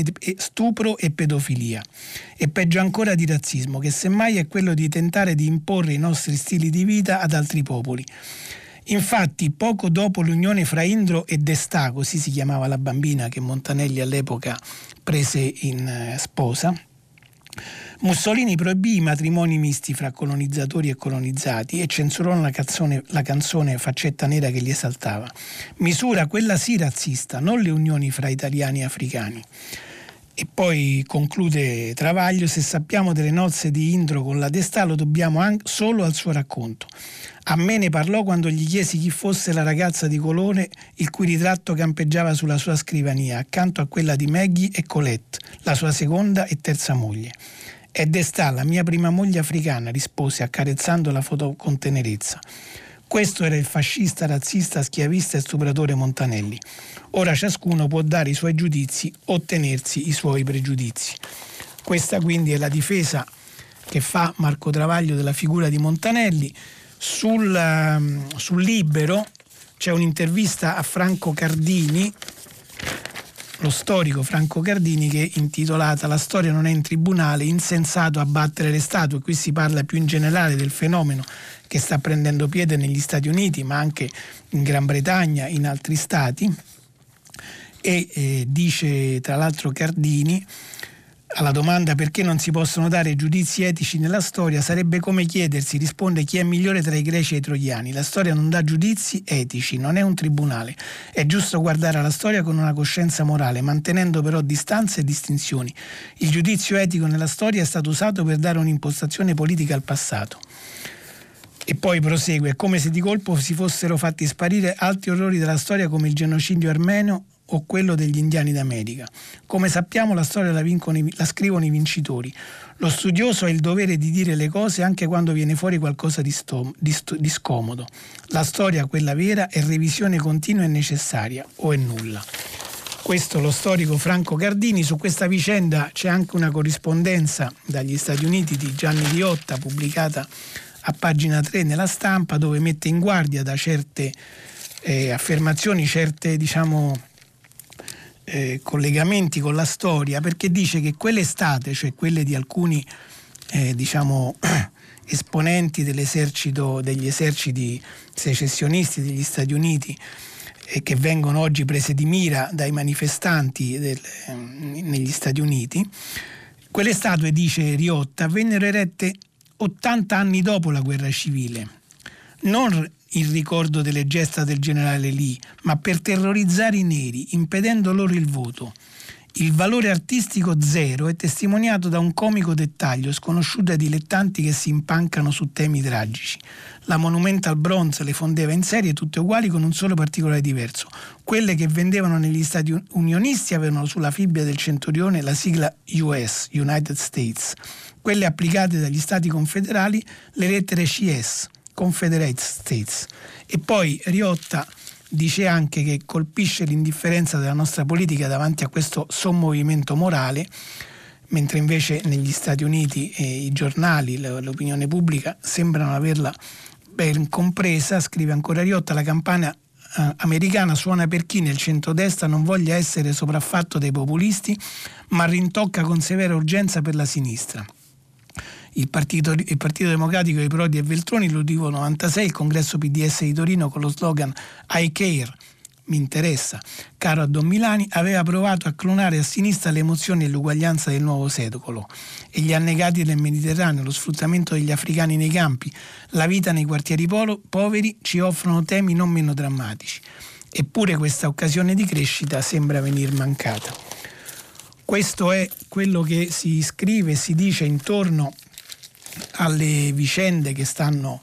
e pedofilia. E peggio ancora di razzismo, che semmai è quello di tentare di imporre i nostri stili di vita ad altri popoli. Infatti, poco dopo l'unione fra Indro e Destà, così si chiamava la bambina che Montanelli all'epoca prese in sposa, Mussolini proibì i matrimoni misti fra colonizzatori e colonizzati e censurò la canzone Faccetta Nera che li esaltava. Misura quella sì razzista, non le unioni fra italiani e africani. E poi conclude Travaglio: se sappiamo delle nozze di Indro con la Destà lo dobbiamo solo al suo racconto. A me ne parlò quando gli chiesi chi fosse la ragazza di colore il cui ritratto campeggiava sulla sua scrivania, accanto a quella di Maggie e Colette, la sua seconda e terza moglie. È Destà, la mia prima moglie africana, rispose accarezzando la foto con tenerezza. Questo era il fascista, razzista, schiavista e stupratore Montanelli. Ora ciascuno può dare i suoi giudizi o tenersi i suoi pregiudizi. Questa quindi è la difesa che fa Marco Travaglio della figura di Montanelli. Sul Libero c'è un'intervista a Franco Cardini lo storico Franco Cardini, che è intitolata "La storia non è in tribunale, insensato abbattere le statue". Qui si parla più in generale del fenomeno che sta prendendo piede negli Stati Uniti, ma anche in Gran Bretagna, in altri stati, e dice tra l'altro Cardini, alla domanda perché non si possono dare giudizi etici nella storia, sarebbe come chiedersi, risponde, chi è migliore tra i greci e i troiani. La storia non dà giudizi etici, non è un tribunale. È giusto guardare alla storia con una coscienza morale, mantenendo però distanze e distinzioni. Il giudizio etico nella storia è stato usato per dare un'impostazione politica al passato. E poi prosegue, è come se di colpo si fossero fatti sparire altri orrori della storia come il genocidio armeno o quello degli indiani d'America. Come sappiamo, la storia la scrivono i vincitori. Lo studioso ha il dovere di dire le cose anche quando viene fuori qualcosa di scomodo. La storia, quella vera, è revisione continua e necessaria, o è nulla. Questo è lo storico Franco Cardini. Su questa vicenda c'è anche una corrispondenza dagli Stati Uniti di Gianni Riotta, pubblicata a pagina 3 nella Stampa, dove mette in guardia da certe affermazioni, certe collegamenti con la storia, perché dice che quelle state, cioè quelle di alcuni esponenti degli eserciti secessionisti degli Stati Uniti, che vengono oggi prese di mira dai manifestanti negli Stati Uniti, quelle statue, dice Riotta, vennero erette 80 anni dopo la guerra civile, non in ricordo delle gesta del generale Lee, ma per terrorizzare i neri, impedendo loro il voto. Il valore artistico zero è testimoniato da un comico dettaglio sconosciuto ai dilettanti che si impancano su temi tragici. La Monumental Bronze le fondeva in serie tutte uguali con un solo particolare diverso. Quelle che vendevano negli Stati Unionisti avevano sulla fibbia del centurione la sigla US, United States. Quelle applicate dagli Stati Confederali le lettere CS, Confederate States. E poi Riotta dice anche che colpisce l'indifferenza della nostra politica davanti a questo sommovimento morale, mentre invece negli Stati Uniti i giornali, l'opinione pubblica sembrano averla ben compresa. Scrive ancora Riotta, la campagna americana suona per chi nel centrodestra non voglia essere sopraffatto dai populisti, ma rintocca con severa urgenza per la sinistra. Il Partito Democratico di Prodi e Veltroni, l'Uditivo 96, il congresso PDS di Torino con lo slogan I care, mi interessa, caro a Don Milani, aveva provato a clonare a sinistra le emozioni e l'uguaglianza del nuovo secolo e gli annegati del Mediterraneo, lo sfruttamento degli africani nei campi, la vita nei quartieri poveri ci offrono temi non meno drammatici. Eppure questa occasione di crescita sembra venir mancata. Questo è quello che si scrive e si dice intorno alle vicende che stanno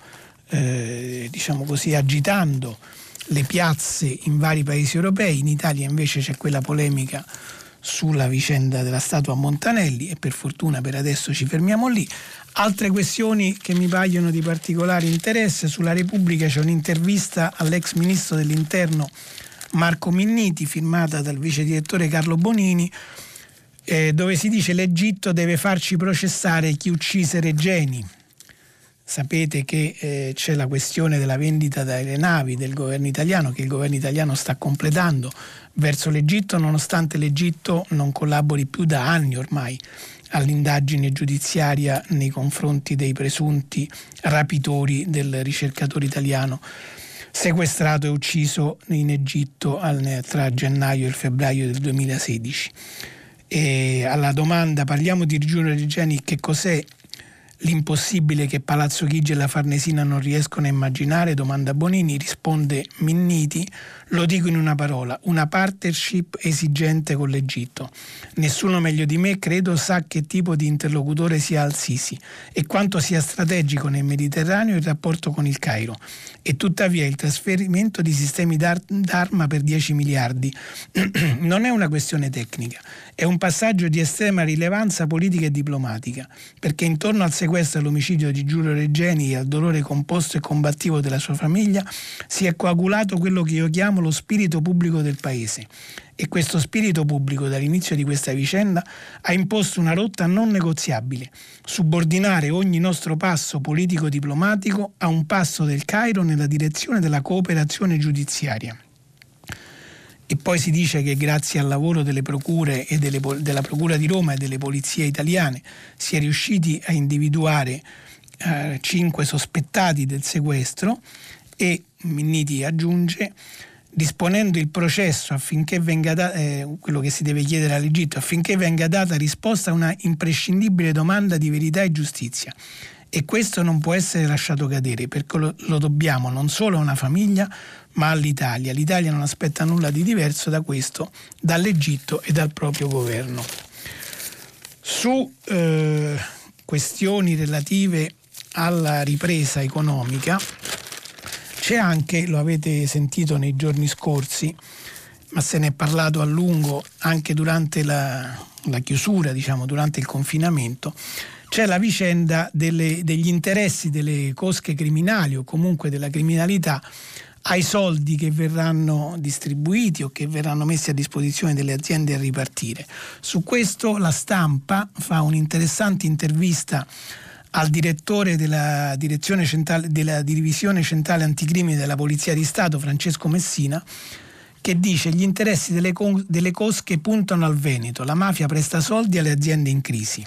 agitando le piazze in vari paesi europei. In Italia invece c'è quella polemica sulla vicenda della statua a Montanelli e per fortuna per adesso ci fermiamo lì. Altre questioni che mi paiono di particolare interesse: sulla Repubblica c'è un'intervista all'ex ministro dell'Interno Marco Minniti firmata dal vice direttore Carlo Bonini, dove si dice l'Egitto deve farci processare chi uccise Regeni. Sapete che c'è la questione della vendita delle navi del governo italiano, che il governo italiano sta completando verso l'Egitto, nonostante l'Egitto non collabori più da anni ormai all'indagine giudiziaria nei confronti dei presunti rapitori del ricercatore italiano sequestrato e ucciso in Egitto tra gennaio e il febbraio del 2016. E alla domanda parliamo di Giulio Regeni, che cos'è l'impossibile che Palazzo Chigi e la Farnesina non riescono a immaginare, domanda Bonini, risponde Minniti, lo dico in una parola, una partnership esigente con l'Egitto. Nessuno meglio di me, credo, sa che tipo di interlocutore sia al-Sisi e quanto sia strategico nel Mediterraneo il rapporto con il Cairo. E tuttavia il trasferimento di sistemi d'arma per 10 miliardi non è una questione tecnica, è un passaggio di estrema rilevanza politica e diplomatica, perché intorno al sequestro e all'omicidio di Giulio Regeni e al dolore composto e combattivo della sua famiglia si è coagulato quello che io chiamo lo spirito pubblico del paese. E questo spirito pubblico dall'inizio di questa vicenda ha imposto una rotta non negoziabile: subordinare ogni nostro passo politico-diplomatico a un passo del Cairo nella direzione della cooperazione giudiziaria. e poi si dice che grazie al lavoro delle procure e della Procura di Roma e delle polizie italiane si è riusciti a individuare 5 sospettati del sequestro, e Minniti aggiunge: disponendo il processo affinché venga quello che si deve chiedere all'Egitto, affinché venga data risposta a una imprescindibile domanda di verità e giustizia. E questo non può essere lasciato cadere, perché lo dobbiamo non solo a una famiglia, ma all'Italia. L'Italia non aspetta nulla di diverso da questo, dall'Egitto e dal proprio governo. Su questioni relative alla ripresa economica c'è anche, lo avete sentito nei giorni scorsi, ma se ne è parlato a lungo anche durante la chiusura, durante il confinamento, c'è la vicenda degli interessi delle cosche criminali o comunque della criminalità ai soldi che verranno distribuiti o che verranno messi a disposizione delle aziende a ripartire. Su questo La Stampa fa un'interessante intervista al direttore della divisione centrale anticrimine della Polizia di Stato, Francesco Messina, che dice: gli interessi delle cosche puntano al Veneto, la mafia presta soldi alle aziende in crisi.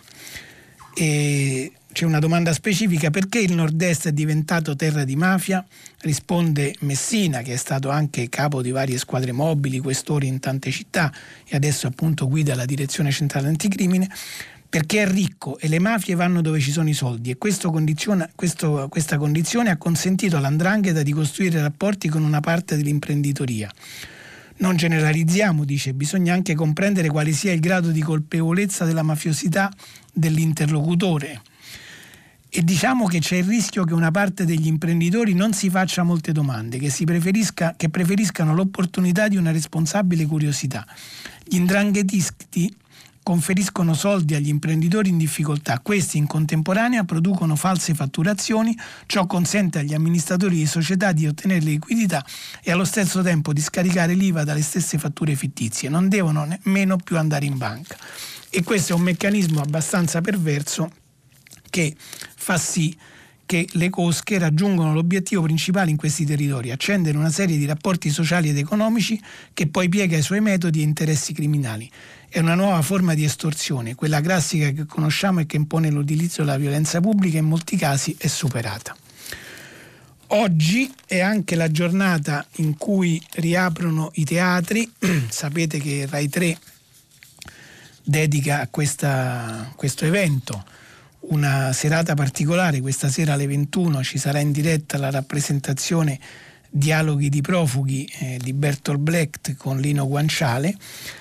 E c'è una domanda specifica: perché il nord-est è diventato terra di mafia? Risponde Messina, che è stato anche capo di varie squadre mobili, questore in tante città e adesso appunto guida la direzione centrale anticrimine: perché è ricco e le mafie vanno dove ci sono i soldi, e questa condizione ha consentito all''ndrangheta di costruire rapporti con una parte dell'imprenditoria. Non generalizziamo, dice, bisogna anche comprendere quale sia il grado di colpevolezza della mafiosità dell'interlocutore. E diciamo che c'è il rischio che una parte degli imprenditori non si faccia molte domande, che preferiscano l'opportunità di una responsabile curiosità. Gli 'ndranghetisti conferiscono soldi agli imprenditori in difficoltà, questi in contemporanea producono false fatturazioni, ciò consente agli amministratori di società di ottenere liquidità e allo stesso tempo di scaricare l'IVA dalle stesse fatture fittizie, non devono nemmeno più andare in banca. E questo è un meccanismo abbastanza perverso che fa sì che le cosche raggiungono l'obiettivo principale in questi territori: accendere una serie di rapporti sociali ed economici che poi piega i suoi metodi e interessi criminali. È una nuova forma di estorsione, quella classica che conosciamo e che impone l'utilizzo della violenza pubblica, in molti casi è superata. Oggi è anche la giornata in cui riaprono i teatri. Sapete che Rai 3 dedica a questo evento una serata particolare. Questa sera alle 21 ci sarà in diretta la rappresentazione Dialoghi di profughi di Bertolt Brecht con Lino Guanciale,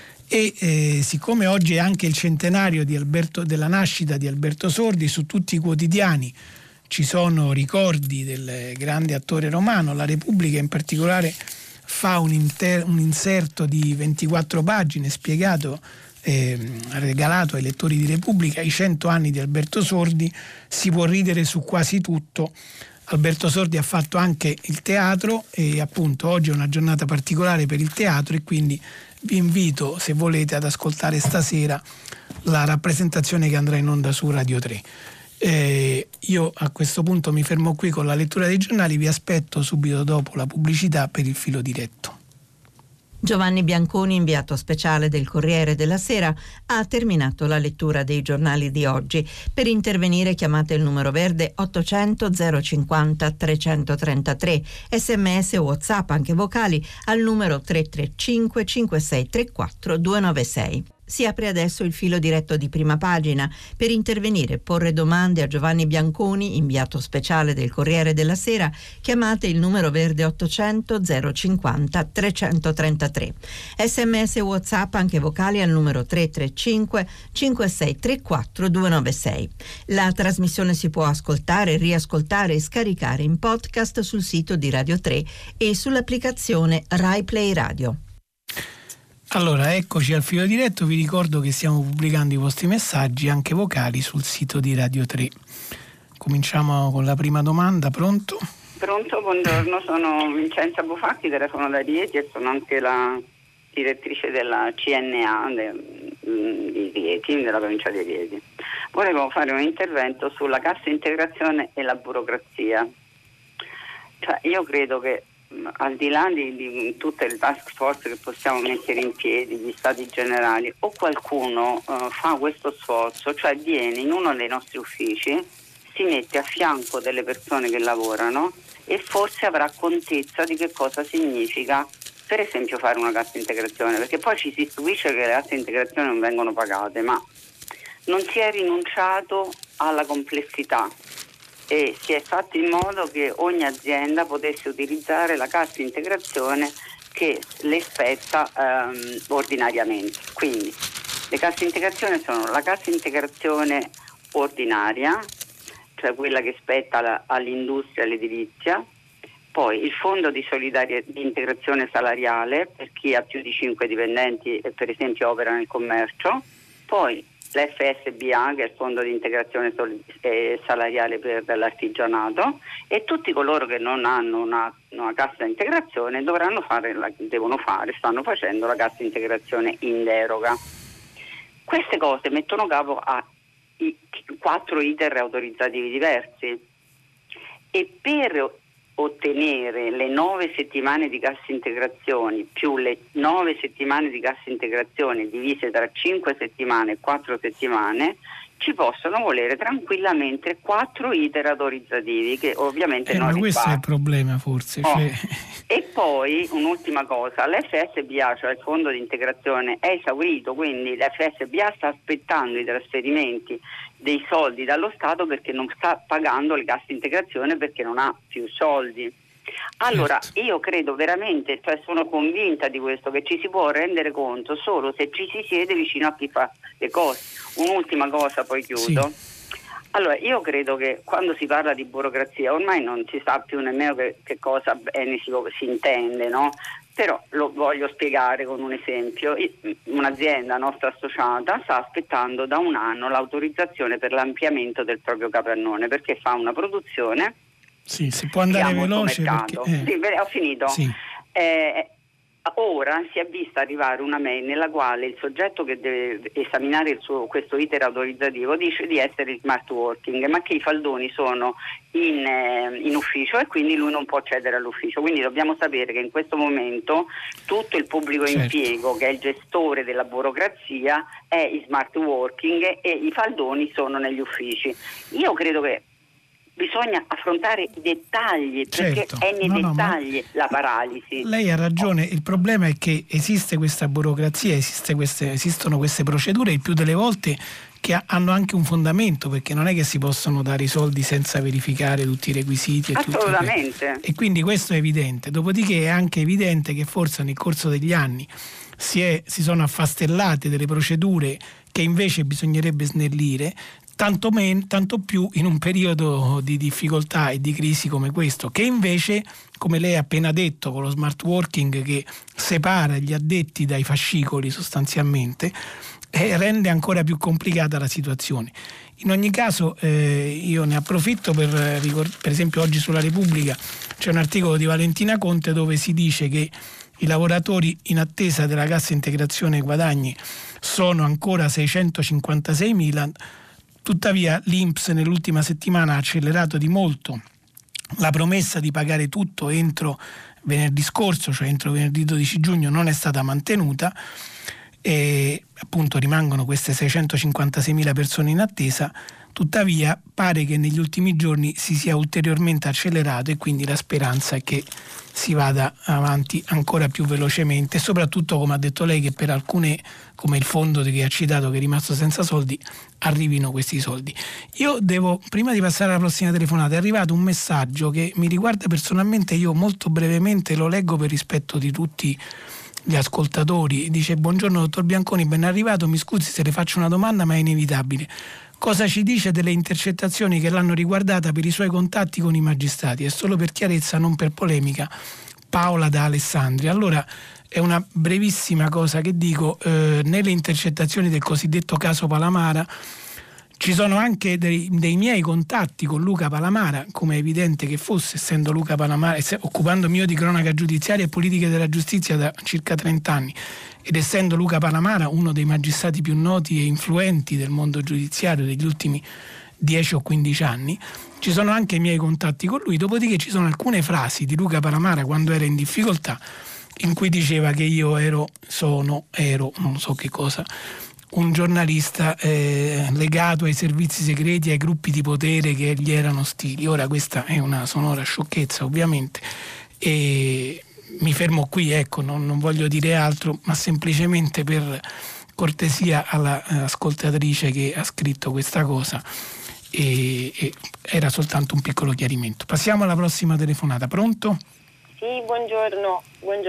e siccome oggi è anche il centenario della nascita di Alberto Sordi, su tutti i quotidiani ci sono ricordi del grande attore romano. La Repubblica in particolare fa un inserto di 24 pagine spiegato, regalato ai lettori di Repubblica, i 100 anni di Alberto Sordi. Si può ridere su quasi tutto. Alberto Sordi ha fatto anche il teatro e appunto oggi è una giornata particolare per il teatro, e quindi vi invito, se volete, ad ascoltare stasera la rappresentazione che andrà in onda su Radio 3. Io a questo punto mi fermo qui con la lettura dei giornali, vi aspetto subito dopo la pubblicità per il filo diretto. Giovanni Bianconi, inviato speciale del Corriere della Sera, ha terminato la lettura dei giornali di oggi. Per intervenire chiamate il numero verde 800 050 333, sms o WhatsApp anche vocali al numero 335 5634 296. Si apre adesso il filo diretto di Prima Pagina. Per intervenire e porre domande a Giovanni Bianconi, inviato speciale del Corriere della Sera, chiamate il numero verde 800 050 333. SMS e WhatsApp anche vocali al numero 335 5634 296. La trasmissione si può ascoltare, riascoltare e scaricare in podcast sul sito di Radio 3 e sull'applicazione Rai Play Radio. Allora, eccoci al filo diretto. Vi ricordo che stiamo pubblicando i vostri messaggi anche vocali sul sito di Radio 3. Cominciamo con la prima domanda. Pronto? Pronto, buongiorno, sono Vincenza Bufacchi, telefono da Rieti e sono anche la direttrice della CNA di Rieti, della provincia di Rieti. Volevo fare un intervento sulla cassa integrazione e la burocrazia. Io credo che al di là di tutte le task force che possiamo mettere in piedi, gli stati generali, o qualcuno fa questo sforzo, cioè viene in uno dei nostri uffici, si mette a fianco delle persone che lavorano e forse avrà contezza di che cosa significa, per esempio, fare una cassa integrazione, perché poi ci si stupisce che le casse integrazione non vengono pagate, ma non si è rinunciato alla complessità e si è fatto in modo che ogni azienda potesse utilizzare la cassa integrazione che le spetta ordinariamente. Quindi le casse integrazione sono la cassa integrazione ordinaria, cioè quella che spetta all'industria e all'edilizia, poi il fondo di di integrazione salariale per chi ha più di 5 dipendenti e per esempio opera nel commercio, poi l'FSBA che è il fondo di integrazione salariale per l'artigianato, e tutti coloro che non hanno una cassa integrazione stanno facendo la cassa integrazione in deroga. Queste cose mettono capo a 4 iter autorizzativi diversi e per ottenere le 9 settimane di cassa integrazione più le 9 settimane di cassa integrazione divise tra 5 settimane e 4 settimane ci possono volere tranquillamente 4 iter autorizzativi che ovviamente non ma questo è il problema forse. E poi un'ultima cosa, l'FSBA, cioè il fondo di integrazione, è esaurito, quindi l'FSBA sta aspettando i trasferimenti dei soldi dallo Stato perché non sta pagando le casse integrazione perché non ha più soldi. Allora io credo veramente, cioè sono convinta di questo, che ci si può rendere conto solo se ci si siede vicino a chi fa le cose. Un'ultima cosa, poi chiudo. Sì. Allora, io credo che quando si parla di burocrazia ormai non si sa più nemmeno che cosa bene si intende, no? Però lo voglio spiegare con un esempio. Un'azienda nostra associata sta aspettando da un anno l'autorizzazione per l'ampliamento del proprio capannone perché fa una produzione. Sì, si può andare veloce perché... Sì, ho finito. Sì. Ora si è vista arrivare una mail nella quale il soggetto che deve esaminare questo iter autorizzativo dice di essere in smart working, ma che i faldoni sono in ufficio e quindi lui non può accedere all'ufficio. Quindi dobbiamo sapere che in questo momento tutto il pubblico impiego, che è il gestore della burocrazia, è in smart working e i faldoni sono negli uffici. Io credo che bisogna affrontare i dettagli, perché è nei dettagli la paralisi. Lei ha ragione, il problema è che esiste questa burocrazia, esistono queste procedure il più delle volte che hanno anche un fondamento, perché non è che si possono dare i soldi senza verificare tutti i requisiti. Assolutamente. E quindi questo è evidente. Dopodiché è anche evidente che forse nel corso degli anni si sono affastellate delle procedure che invece bisognerebbe snellire, tanto più in un periodo di difficoltà e di crisi come questo, che invece, come lei ha appena detto, con lo smart working che separa gli addetti dai fascicoli sostanzialmente, rende ancora più complicata la situazione. In ogni caso io ne approfitto per esempio oggi sulla Repubblica c'è un articolo di Valentina Conte dove si dice che i lavoratori in attesa della cassa integrazione guadagni sono ancora 656.000. Tuttavia l'INPS nell'ultima settimana ha accelerato di molto la promessa di pagare tutto entro venerdì scorso, cioè entro venerdì 12 giugno, non è stata mantenuta e appunto rimangono queste 656.000 persone in attesa. Tuttavia pare che negli ultimi giorni si sia ulteriormente accelerato e quindi la speranza è che si vada avanti ancora più velocemente, soprattutto, come ha detto lei, che per alcune, come il fondo che ha citato che è rimasto senza soldi, arrivino questi soldi. Io devo, prima di passare alla prossima telefonata, è arrivato un messaggio che mi riguarda personalmente, io molto brevemente lo leggo per rispetto di tutti gli ascoltatori. Dice: buongiorno dottor Bianconi, ben arrivato, mi scusi se le faccio una domanda ma è inevitabile. Cosa ci dice delle intercettazioni che l'hanno riguardata per i suoi contatti con i magistrati? È solo per chiarezza, non per polemica. Paola da Alessandria. Allora, è una brevissima cosa che dico. Nelle intercettazioni del cosiddetto caso Palamara ci sono anche dei miei contatti con Luca Palamara, come è evidente che fosse, essendo Luca Palamara, occupandomi io di cronaca giudiziaria e politiche della giustizia da circa 30 anni, ed essendo Luca Palamara uno dei magistrati più noti e influenti del mondo giudiziario degli ultimi 10 o 15 anni. Ci sono anche i miei contatti con lui, dopodiché ci sono alcune frasi di Luca Palamara quando era in difficoltà in cui diceva che io ero, non so che cosa, un giornalista legato ai servizi segreti, ai gruppi di potere che gli erano ostili. Ora questa è una sonora sciocchezza ovviamente e mi fermo qui, ecco, non voglio dire altro, ma semplicemente per cortesia all'ascoltatrice che ha scritto questa cosa e era soltanto un piccolo chiarimento. Passiamo alla prossima telefonata. Pronto? Sì, buongiorno.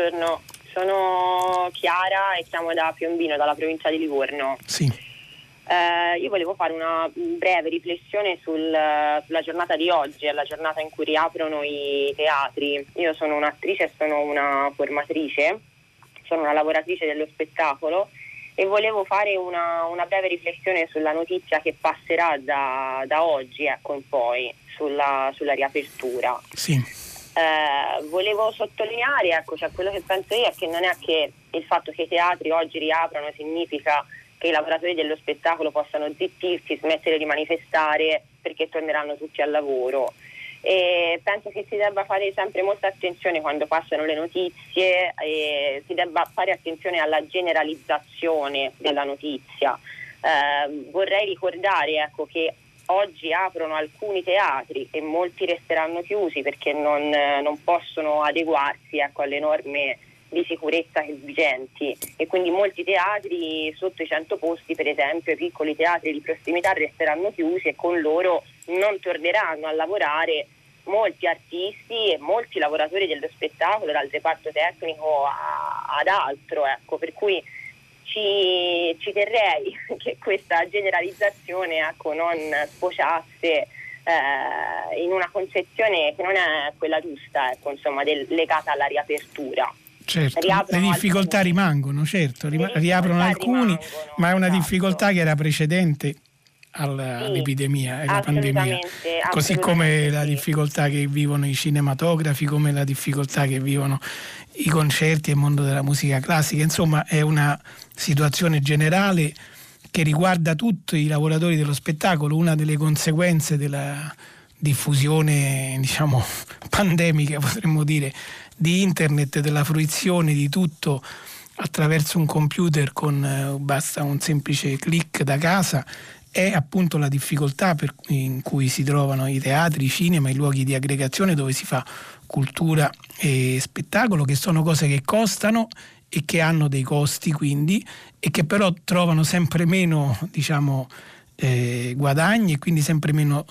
Sono Chiara e chiamo da Piombino, dalla provincia di Livorno. Sì. Io volevo fare una breve riflessione sulla giornata di oggi, è la giornata in cui riaprono i teatri. Io sono un'attrice e sono una formatrice, sono una lavoratrice dello spettacolo e volevo fare una breve riflessione sulla notizia che passerà da oggi, ecco, in poi, sulla riapertura. Sì. Volevo sottolineare, ecco, cioè quello che penso io è che non è che il fatto che i teatri oggi riaprano significa che i lavoratori dello spettacolo possano zittirsi, smettere di manifestare perché torneranno tutti al lavoro. E penso che si debba fare sempre molta attenzione quando passano le notizie e si debba fare attenzione alla generalizzazione della notizia. Vorrei ricordare, ecco, che oggi aprono alcuni teatri e molti resteranno chiusi perché non possono adeguarsi, ecco, alle norme di sicurezza vigenti e quindi molti teatri sotto i 100 posti, per esempio i piccoli teatri di prossimità, resteranno chiusi e con loro non torneranno a lavorare molti artisti e molti lavoratori dello spettacolo, dal reparto tecnico ad altro, ecco, per cui ci terrei che questa generalizzazione, ecco, non sfociasse in una concezione che non è quella giusta, ecco, insomma, legata alla riapertura. Certo, le difficoltà alcuni. Rimangono, certo, riaprono alcuni, ma è una difficoltà che era precedente all'epidemia e alla pandemia, così come la difficoltà che vivono i cinematografi, come la difficoltà che vivono i concerti e il mondo della musica classica. Insomma, è una situazione generale che riguarda tutti i lavoratori dello spettacolo. Una delle conseguenze della diffusione, diciamo, pandemica, potremmo dire, di internet, della fruizione di tutto attraverso un computer con basta un semplice click da casa, è appunto la difficoltà in cui si trovano i teatri, i cinema, i luoghi di aggregazione dove si fa cultura e spettacolo, che sono cose che costano e che hanno dei costi, quindi, e che però trovano sempre meno, diciamo, guadagni e quindi sempre meno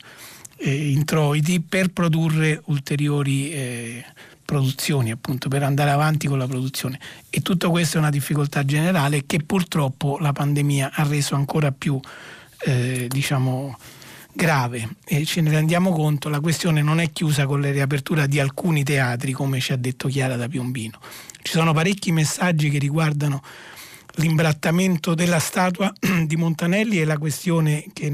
introiti per produrre ulteriori produzioni, appunto, per andare avanti con la produzione. E tutto questo è una difficoltà generale che purtroppo la pandemia ha reso ancora più diciamo grave, e ce ne rendiamo conto. La questione non è chiusa con la riapertura di alcuni teatri, come ci ha detto Chiara da Piombino. Ci sono parecchi messaggi che riguardano l'imbrattamento della statua di Montanelli e la questione che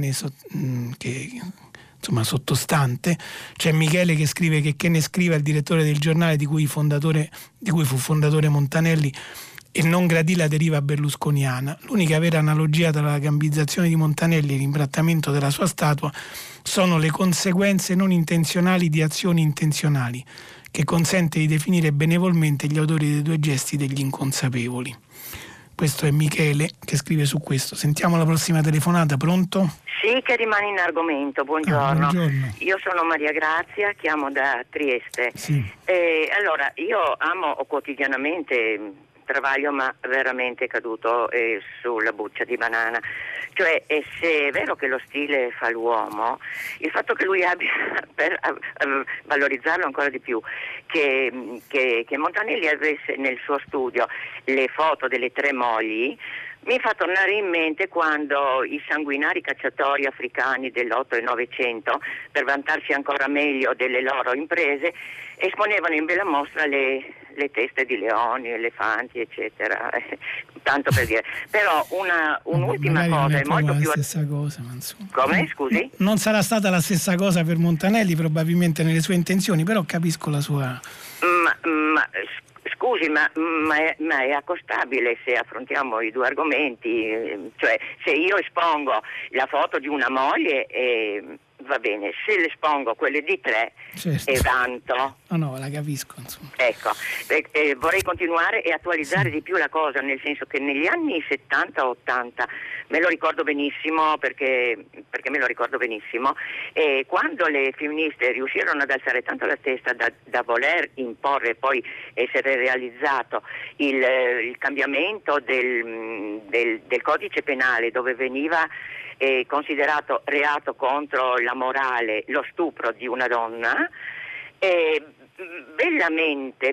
insomma sottostante. C'è Michele che scrive che ne scriva il direttore del giornale di cui fu fondatore Montanelli e non gradì la deriva berlusconiana. L'unica vera analogia tra la gambizzazione di Montanelli e l'imbrattamento della sua statua sono le conseguenze non intenzionali di azioni intenzionali, che consente di definire benevolmente gli autori dei due gesti degli inconsapevoli. Questo è Michele che scrive su questo. Sentiamo la prossima telefonata. Pronto? Sì, che rimane in argomento. Buongiorno. Buongiorno. Io sono Maria Grazia, chiamo da Trieste. Sì. Allora, io amo quotidianamente, travaglio ma veramente caduto sulla buccia di banana. Cioè, se è vero che lo stile fa l'uomo, il fatto che lui abbia, per valorizzarlo ancora di più, che Montanelli avesse nel suo studio le foto delle tre mogli, mi fa tornare in mente quando i sanguinari cacciatori africani dell'8 e 900, per vantarsi ancora meglio delle loro imprese, esponevano in bella mostra le teste di leoni, elefanti, eccetera, tanto per dire. Però un'ultima cosa è molto più... stessa cosa, ma insomma. Come? Scusi? Non sarà stata la stessa cosa per Montanelli, probabilmente, nelle sue intenzioni, però capisco la sua... scusi, ma è accostabile se affrontiamo i due argomenti? Cioè, se io espongo la foto di una moglie, va bene, se le espongo quelle di tre, certo, è tanto. No, la capisco, insomma. Ecco, vorrei continuare e attualizzare di più la cosa, nel senso che negli anni 70-80, me lo ricordo benissimo perché me lo ricordo benissimo, quando le femministe riuscirono ad alzare tanto la testa da voler imporre e poi essere realizzato il cambiamento del codice penale, dove veniva considerato reato contro la morale lo stupro di una donna, bellamente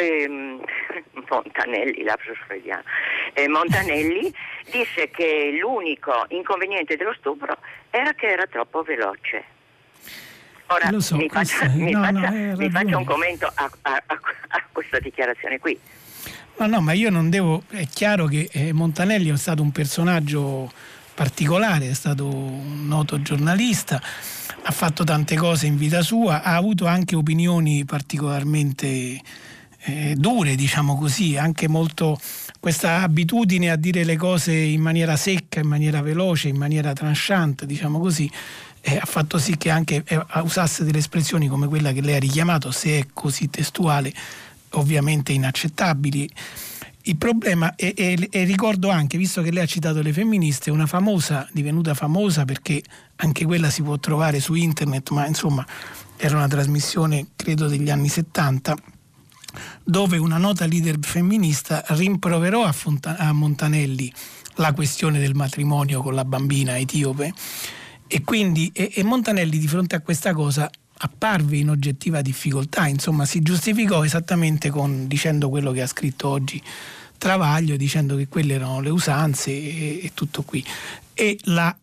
Montanelli disse che l'unico inconveniente dello stupro era che era troppo veloce. Ora Lo so, mi faccia un commento a questa dichiarazione qui. No, ma io non devo. È chiaro che Montanelli è stato un personaggio particolare, è stato un noto giornalista, ha fatto tante cose in vita sua, ha avuto anche opinioni particolarmente dure, diciamo così, anche molto questa abitudine a dire le cose in maniera secca, in maniera veloce, in maniera tranchant, diciamo così, ha fatto sì che anche usasse delle espressioni come quella che lei ha richiamato, se è così testuale, ovviamente inaccettabili. Il problema e ricordo anche, visto che lei ha citato le femministe, una famosa, divenuta famosa perché anche quella si può trovare su internet, ma insomma era una trasmissione credo degli anni 70, dove una nota leader femminista rimproverò a Montanelli la questione del matrimonio con la bambina etiope, e quindi e Montanelli di fronte a questa cosa apparve in oggettiva difficoltà, insomma si giustificò esattamente dicendo quello che ha scritto oggi Travaglio, dicendo che quelle erano le usanze e tutto qui. E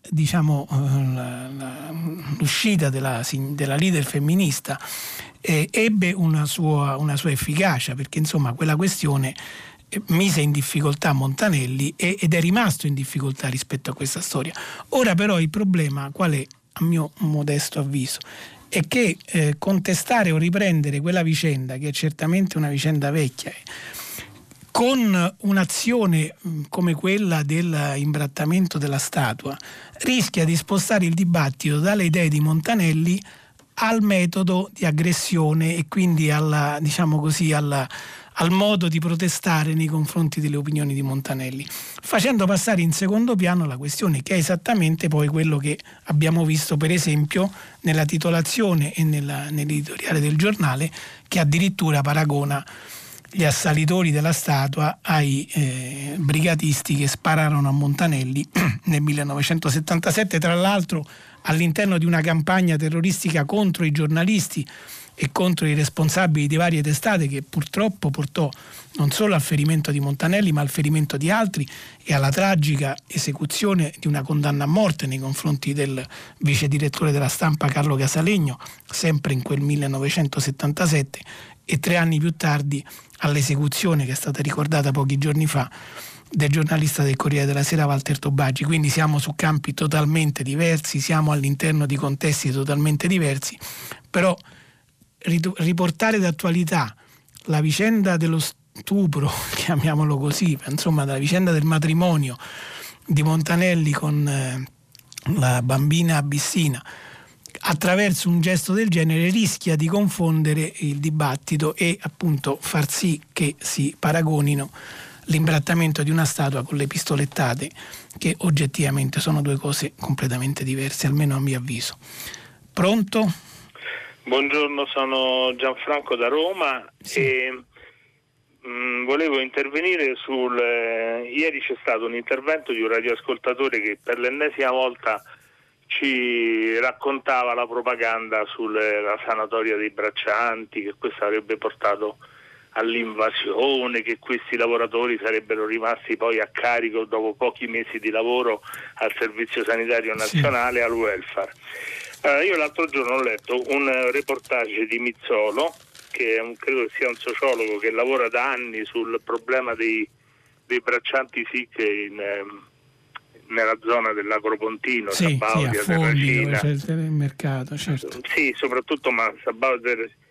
l'uscita della leader femminista ebbe una sua efficacia, perché insomma quella questione mise in difficoltà Montanelli ed è rimasto in difficoltà rispetto a questa storia. Ora però il problema qual è, a mio modesto avviso? È che contestare o riprendere quella vicenda, che è certamente una vicenda vecchia, con un'azione come quella dell'imbrattamento della statua, rischia di spostare il dibattito dalle idee di Montanelli al metodo di aggressione e quindi al modo di protestare nei confronti delle opinioni di Montanelli, facendo passare in secondo piano la questione, che è esattamente poi quello che abbiamo visto per esempio nella titolazione e nell'editoriale del giornale, che addirittura paragona gli assalitori della statua ai brigatisti che spararono a Montanelli nel 1977, tra l'altro all'interno di una campagna terroristica contro i giornalisti e contro i responsabili di varie testate, che purtroppo portò non solo al ferimento di Montanelli ma al ferimento di altri e alla tragica esecuzione di una condanna a morte nei confronti del vice direttore della Stampa Carlo Casalegno, sempre in quel 1977, e 3 anni più tardi all'esecuzione, che è stata ricordata pochi giorni fa, del giornalista del Corriere della Sera Walter Tobagi. Quindi siamo su campi totalmente diversi, siamo all'interno di contesti totalmente diversi, però riportare d'attualità la vicenda dello stupro, chiamiamolo così, insomma la vicenda del matrimonio di Montanelli con la bambina abissina, attraverso un gesto del genere rischia di confondere il dibattito e appunto far sì che si paragonino l'imbrattamento di una statua con le pistolettate, che oggettivamente sono due cose completamente diverse, almeno a mio avviso. Pronto? Buongiorno, sono Gianfranco da Roma. Sì. E volevo intervenire ieri c'è stato un intervento di un radioascoltatore che per l'ennesima volta ci raccontava la propaganda sulla sanatoria dei braccianti, che questo avrebbe portato all'invasione, che questi lavoratori sarebbero rimasti poi a carico dopo pochi mesi di lavoro al Servizio Sanitario Nazionale, al welfare. Io l'altro giorno ho letto un reportage di Mizzolo, che credo che sia un sociologo che lavora da anni sul problema dei braccianti SIC nella zona dell'Agropontino, Sabaudia, a Fondi, Terracina, dove c'è il mercato, certo. Sì, soprattutto, ma Sabaudia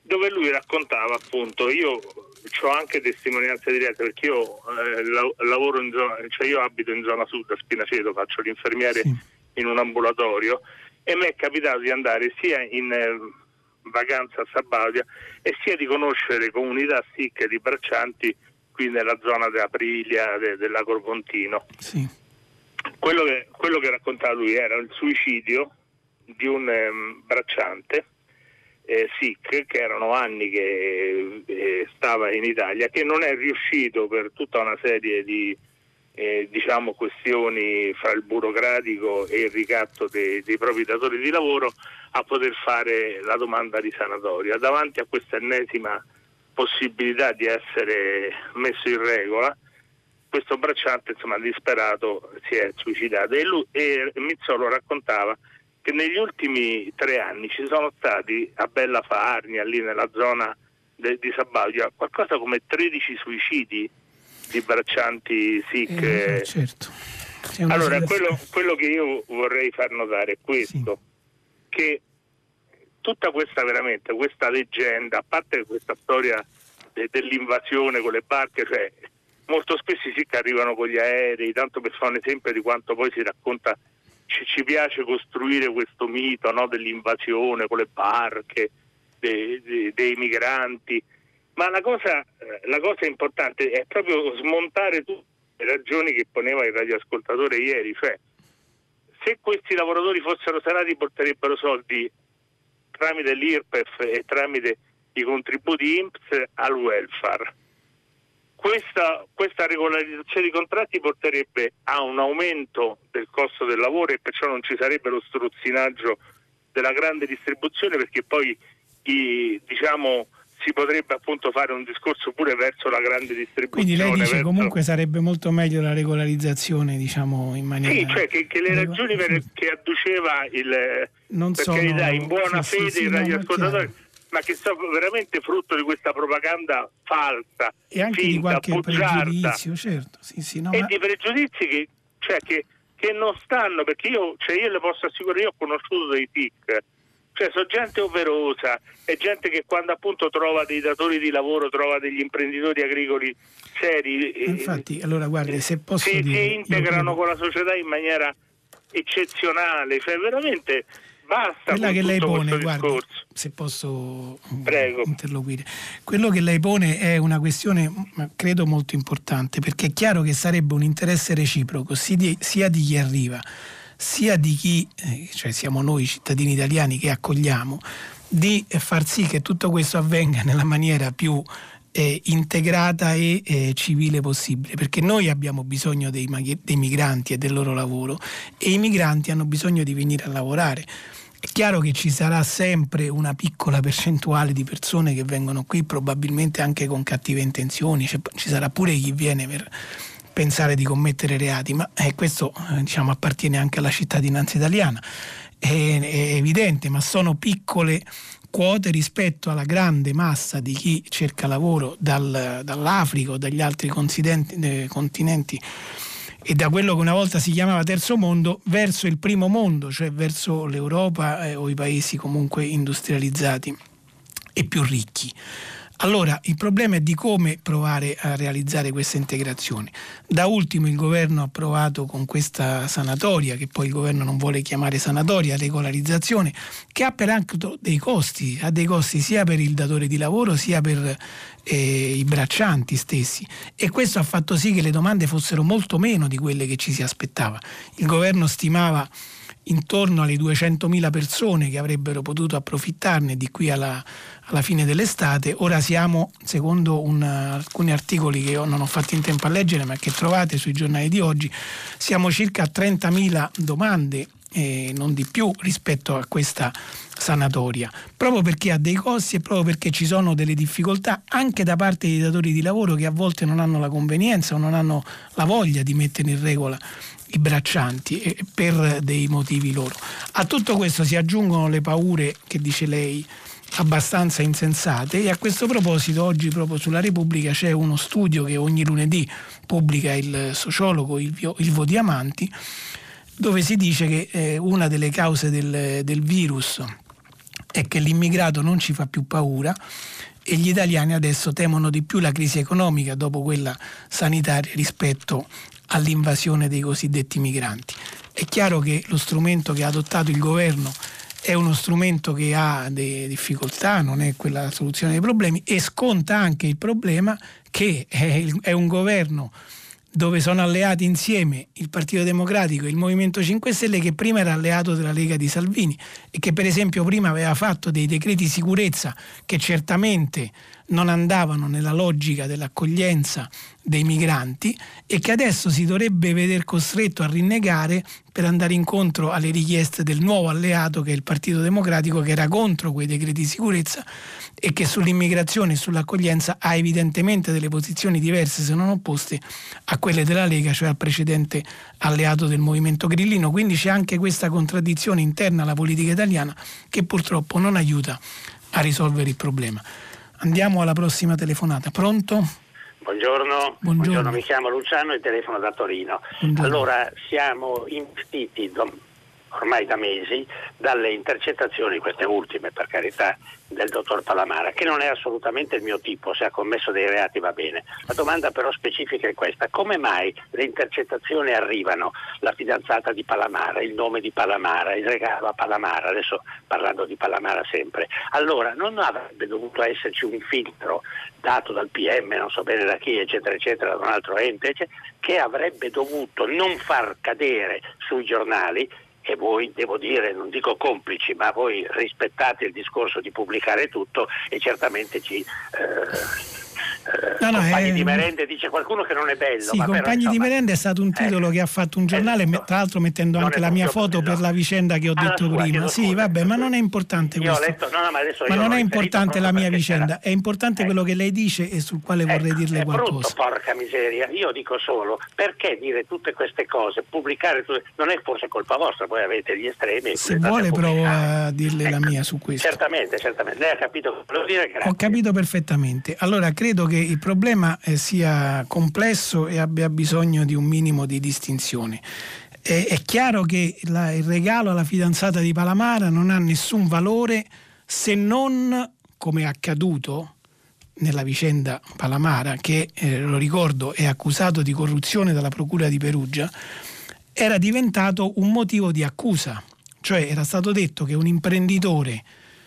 dove lui raccontava appunto, io ho anche testimonianze dirette perché io lavoro in zona, cioè io abito in zona sud a Spinaceto, faccio l'infermiere in un ambulatorio, e mi è capitato di andare sia in vacanza a Sabaudia e sia di conoscere comunità SIC di braccianti qui nella zona dell'Aprilia, del Corpontino. Sì. Quello che raccontava lui era il suicidio di un bracciante SIC, che erano anni che stava in Italia, che non è riuscito per tutta una serie di questioni fra il burocratico e il ricatto dei propri datori di lavoro a poter fare la domanda di sanatoria. Davanti a questa ennesima possibilità di essere messo in regola, questo bracciante, insomma, disperato, si è suicidato, e Mizzolo raccontava che negli ultimi 3 anni ci sono stati a Bella Farnia, lì nella zona di Sabaudia, qualcosa come 13 suicidi di braccianti SIC. Certo. Allora, quello che io vorrei far notare è questo, che tutta questa leggenda, a parte questa storia dell'invasione con le barche, cioè molto spesso i SIC arrivano con gli aerei, tanto per fare un esempio di quanto poi si racconta, ci piace costruire questo mito, no, dell'invasione con le barche, dei migranti, ma la cosa importante è proprio smontare tutte le ragioni che poneva il radioascoltatore ieri, cioè se questi lavoratori fossero sanati porterebbero soldi tramite l'IRPEF e tramite i contributi INPS al welfare. Questa regolarizzazione dei contratti porterebbe a un aumento del costo del lavoro e perciò non ci sarebbe lo struzzinaggio della grande distribuzione, perché poi si potrebbe appunto fare un discorso pure verso la grande distribuzione. Quindi lei dice comunque sarebbe molto meglio la regolarizzazione, diciamo, in maniera... Sì, cioè che le ragioni che adduceva in buona fede il radioascoltatore, ma che sono veramente frutto di questa propaganda falsa e anche finta, di qualche bugiarda, pregiudizio, certo. Di pregiudizi che non stanno, perché io le posso assicurare, io ho conosciuto dei TIC, cioè sono gente operosa, è gente che quando appunto trova dei datori di lavoro, trova degli imprenditori agricoli seri, infatti, allora guardi, se posso si dire, integrano con la società in maniera eccezionale, cioè veramente basta. Quella che lei pone, guardi, se posso interloquire, quello che lei pone è una questione credo molto importante, perché è chiaro che sarebbe un interesse reciproco sia di chi arriva sia di chi, cioè siamo noi cittadini italiani che accogliamo, di far sì che tutto questo avvenga nella maniera più integrata e civile possibile, perché noi abbiamo bisogno dei migranti e del loro lavoro, e i migranti hanno bisogno di venire a lavorare. È chiaro che ci sarà sempre una piccola percentuale di persone che vengono qui probabilmente anche con cattive intenzioni, ci sarà pure chi viene per pensare di commettere reati, ma questo appartiene anche alla cittadinanza italiana, è evidente, ma sono piccole quote rispetto alla grande massa di chi cerca lavoro dall'Africa o dagli altri continenti e da quello che una volta si chiamava terzo mondo verso il primo mondo, cioè verso l'Europa o i paesi comunque industrializzati e più ricchi. Allora, il problema è di come provare a realizzare questa integrazione. Da ultimo il governo ha provato con questa sanatoria, che poi il governo non vuole chiamare sanatoria, regolarizzazione, che ha peraltro dei costi, sia per il datore di lavoro sia per i braccianti stessi, e questo ha fatto sì che le domande fossero molto meno di quelle che ci si aspettava. Il governo stimava intorno alle 200.000 persone che avrebbero potuto approfittarne di qui alla fine dell'estate. Ora siamo, secondo alcuni articoli che io non ho fatto in tempo a leggere ma che trovate sui giornali di oggi, siamo circa a 30.000 domande, non di più, rispetto a questa sanatoria, proprio perché ha dei costi e proprio perché ci sono delle difficoltà anche da parte dei datori di lavoro che a volte non hanno la convenienza o non hanno la voglia di mettere in regola i braccianti per dei motivi loro. A tutto questo si aggiungono le paure che dice lei abbastanza insensate, e a questo proposito oggi proprio sulla Repubblica c'è uno studio che ogni lunedì pubblica il sociologo Ilvo Diamanti, dove si dice che una delle cause del virus è che l'immigrato non ci fa più paura e gli italiani adesso temono di più la crisi economica dopo quella sanitaria rispetto all'invasione dei cosiddetti migranti. È chiaro che lo strumento che ha adottato il governo è uno strumento che ha delle difficoltà, non è quella soluzione dei problemi, e sconta anche il problema che è un governo dove sono alleati insieme il Partito Democratico e il Movimento 5 Stelle, che prima era alleato della Lega di Salvini e che per esempio prima aveva fatto dei decreti sicurezza che certamente non andavano nella logica dell'accoglienza dei migranti e che adesso si dovrebbe veder costretto a rinnegare per andare incontro alle richieste del nuovo alleato che è il Partito Democratico, che era contro quei decreti di sicurezza e che sull'immigrazione e sull'accoglienza ha evidentemente delle posizioni diverse, se non opposte, a quelle della Lega, cioè al precedente alleato del Movimento Grillino. Quindi c'è anche questa contraddizione interna alla politica italiana che purtroppo non aiuta a risolvere il problema. Andiamo alla prossima telefonata. Pronto? Buongiorno, mi chiamo Luciano e telefono da Torino. Buongiorno. Allora, siamo investiti ormai da mesi dalle intercettazioni, queste ultime per carità, del dottor Palamara, che non è assolutamente il mio tipo. Se ha commesso dei reati va bene. La domanda però specifica è questa: come mai le intercettazioni arrivano? La fidanzata di Palamara, il nome di Palamara, il regalo a Palamara, adesso parlando di Palamara sempre. Allora non avrebbe dovuto esserci un filtro dato dal PM, non so bene da chi, eccetera eccetera, da un altro ente, che avrebbe dovuto non far cadere sui giornali? E voi, devo dire, non dico complici, ma voi rispettate il discorso di pubblicare tutto e certamente ci compagni di merende, dice qualcuno che non è bello. Sì, ma compagni però, di merende è stato un titolo che ha fatto un giornale, tra l'altro mettendo anche la mia foto per la vicenda che ho detto prima. Sì, vabbè, ma non è importante questo. Ho letto, ma non è importante la mia vicenda, è importante quello che lei dice e sul quale vorrei dirle qualcosa. Brutto, porca miseria. Io dico solo, perché dire tutte queste cose, pubblicare non è forse colpa vostra, voi avete gli estremi. Se vuole provo a dirle la mia su questo. Certamente. Lei ha capito cosa dire? Grazie. Ho capito perfettamente. Allora, credo che il problema sia complesso e abbia bisogno di un minimo di distinzione. È chiaro che il regalo alla fidanzata di Palamara non ha nessun valore se non, come è accaduto nella vicenda Palamara, che lo ricordo è accusato di corruzione dalla Procura di Perugia, era diventato un motivo di accusa. Cioè era stato detto che un imprenditore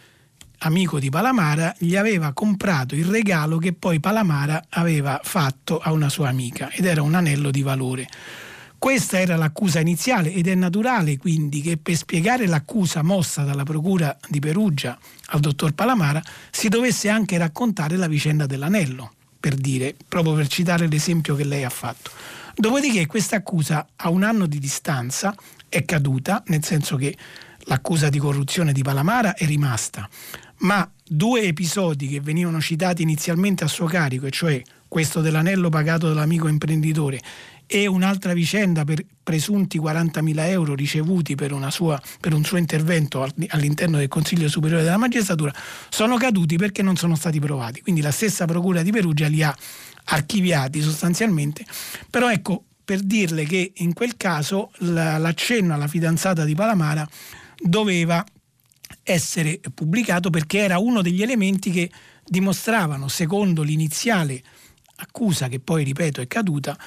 amico di Palamara gli aveva comprato il regalo che poi Palamara aveva fatto a una sua amica ed era un anello di valore. Questa era l'accusa iniziale ed è naturale quindi che per spiegare l'accusa mossa dalla Procura di Perugia al dottor Palamara si dovesse anche raccontare la vicenda dell'anello, per dire, proprio per citare l'esempio che lei ha fatto. Dopodiché questa accusa a un anno di distanza è caduta, nel senso che l'accusa di corruzione di Palamara è rimasta, ma due episodi che venivano citati inizialmente a suo carico, e cioè questo dell'anello pagato dall'amico imprenditore e un'altra vicenda per presunti 40.000 euro ricevuti per un suo intervento all'interno del Consiglio Superiore della Magistratura, sono caduti perché non sono stati provati. Quindi la stessa Procura di Perugia li ha archiviati sostanzialmente. Però ecco, per dirle che in quel caso l'accenno alla fidanzata di Palamara doveva essere pubblicato perché era uno degli elementi che dimostravano, secondo l'iniziale accusa che poi ripeto è caduta,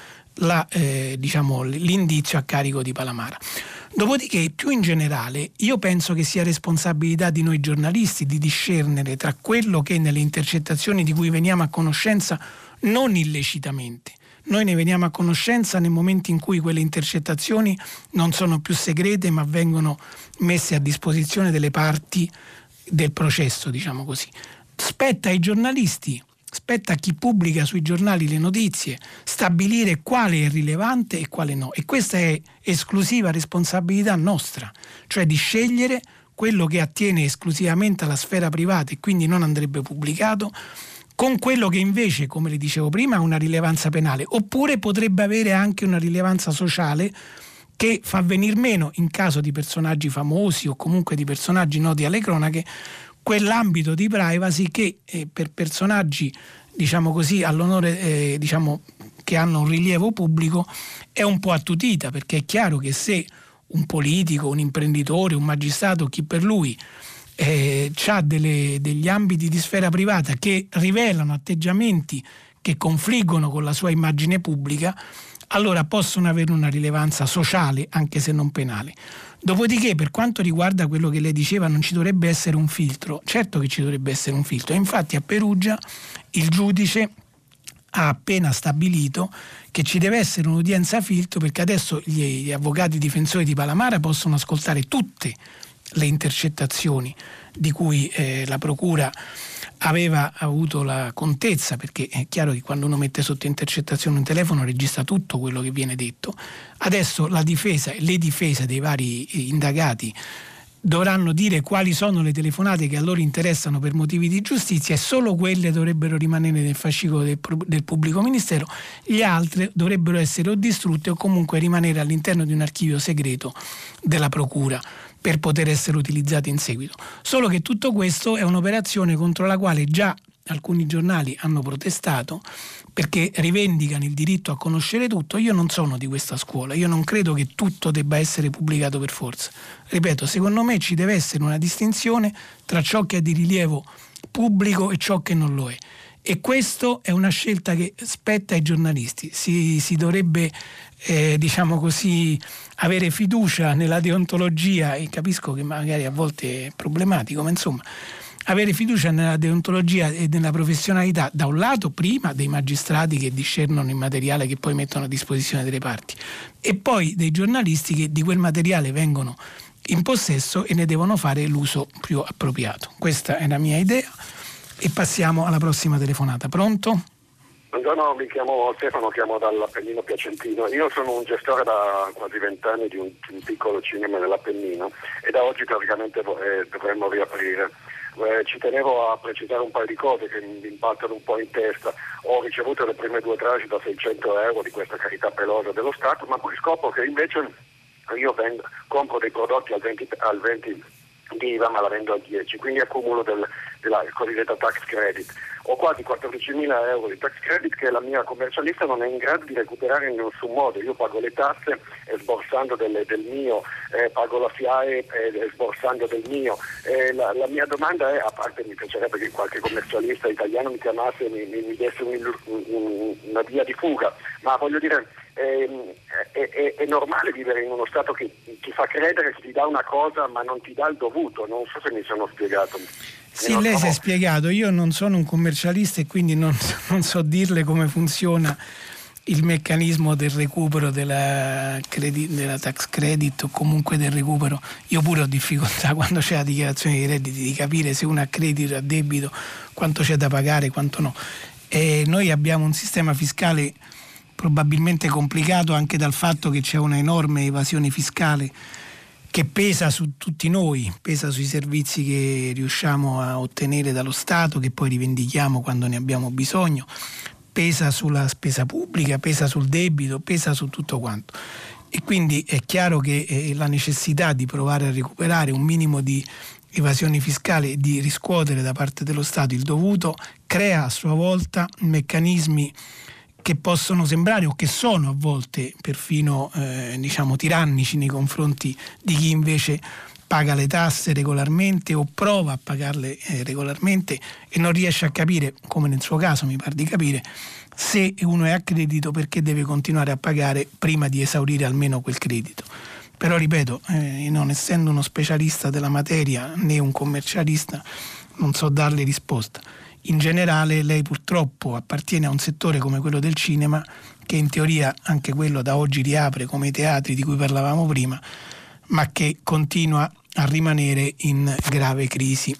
l'indizio a carico di Palamara. Dopodiché, più in generale, io penso che sia responsabilità di noi giornalisti di discernere tra quello che nelle intercettazioni di cui veniamo a conoscenza non illecitamente. Noi ne veniamo a conoscenza nel momento in cui quelle intercettazioni non sono più segrete ma vengono messe a disposizione delle parti del processo, diciamo così. Spetta ai giornalisti, spetta a chi pubblica sui giornali le notizie stabilire quale è rilevante e quale no, e questa è esclusiva responsabilità nostra, cioè di scegliere quello che attiene esclusivamente alla sfera privata e quindi non andrebbe pubblicato, con quello che invece, come le dicevo prima, ha una rilevanza penale, oppure potrebbe avere anche una rilevanza sociale che fa venir meno, in caso di personaggi famosi o comunque di personaggi noti alle cronache, quell'ambito di privacy che per personaggi, diciamo così, all'onore, che hanno un rilievo pubblico, è un po' attutita, perché è chiaro che se un politico, un imprenditore, un magistrato, chi per lui c'ha degli ambiti di sfera privata che rivelano atteggiamenti che confliggono con la sua immagine pubblica, allora possono avere una rilevanza sociale anche se non penale. Dopodiché, per quanto riguarda quello che lei diceva, non ci dovrebbe essere un filtro. Certo che ci dovrebbe essere un filtro, e infatti a Perugia il giudice ha appena stabilito che ci deve essere un'udienza filtro, perché adesso gli avvocati difensori di Palamara possono ascoltare tutte le intercettazioni di cui la procura aveva avuto la contezza, perché è chiaro che quando uno mette sotto intercettazione un telefono registra tutto quello che viene detto. Adesso la difesa e le difese dei vari indagati dovranno dire quali sono le telefonate che a loro interessano per motivi di giustizia, e solo quelle dovrebbero rimanere nel fascicolo del pubblico ministero, gli altri dovrebbero essere o distrutte o comunque rimanere all'interno di un archivio segreto della procura per poter essere utilizzati in seguito. Solo che tutto questo è un'operazione contro la quale già alcuni giornali hanno protestato, perché rivendicano il diritto a conoscere tutto. Io non sono di questa scuola, io non credo che tutto debba essere pubblicato per forza. Ripeto, secondo me ci deve essere una distinzione tra ciò che è di rilievo pubblico e ciò che non lo è. E questo è una scelta che spetta ai giornalisti. Si dovrebbe, diciamo così, avere fiducia nella deontologia, e capisco che magari a volte è problematico, ma insomma, avere fiducia nella deontologia e nella professionalità, da un lato prima dei magistrati che discernono il materiale che poi mettono a disposizione delle parti, e poi dei giornalisti che di quel materiale vengono in possesso e ne devono fare l'uso più appropriato. Questa è la mia idea, e passiamo alla prossima telefonata. Pronto? Buongiorno, mi chiamo Stefano, chiamo dall'Appennino Piacentino. Io sono un gestore da quasi 20 anni di un piccolo cinema nell'Appennino, e da oggi teoricamente dovremmo riaprire. Ci tenevo a precisare un paio di cose che mi impattano un po' in testa. Ho ricevuto le prime 2 tranche da 600 euro di questa carità pelosa dello Stato, ma poi scopro che invece io compro dei prodotti al 20 di IVA, ma la vendo al 10, quindi accumulo della cosiddetta tax credit. Ho quasi 14.000 euro di tax credit che la mia commercialista non è in grado di recuperare in nessun modo. Io pago le tasse sborsando del mio, pago la FIAE sborsando del mio. La mia domanda è, a parte mi piacerebbe che qualche commercialista italiano mi chiamasse e mi desse una via di fuga, ma voglio dire, è normale vivere in uno Stato che ti fa credere che ti dà una cosa ma non ti dà il dovuto. Non so se mi sono spiegato. Sì, lei si è spiegato. Io non sono un commercialista e quindi non so dirle come funziona il meccanismo del recupero della tax credit, o comunque del recupero. Io pure ho difficoltà quando c'è la dichiarazione dei redditi di capire se uno ha credito o a debito, quanto c'è da pagare e quanto no. E noi abbiamo un sistema fiscale probabilmente complicato anche dal fatto che c'è una enorme evasione fiscale che pesa su tutti noi, pesa sui servizi che riusciamo a ottenere dallo Stato, che poi rivendichiamo quando ne abbiamo bisogno, pesa sulla spesa pubblica, pesa sul debito, pesa su tutto quanto. E quindi è chiaro che la necessità di provare a recuperare un minimo di evasione fiscale e di riscuotere da parte dello Stato il dovuto crea a sua volta meccanismi che possono sembrare, o che sono a volte perfino tirannici nei confronti di chi invece paga le tasse regolarmente o prova a pagarle regolarmente e non riesce a capire, come nel suo caso mi pare di capire, se uno è a credito perché deve continuare a pagare prima di esaurire almeno quel credito. Però ripeto, non essendo uno specialista della materia né un commercialista, non so darle risposta. In generale lei purtroppo appartiene a un settore come quello del cinema, che in teoria anche quello da oggi riapre come i teatri di cui parlavamo prima, ma che continua a rimanere in grave crisi.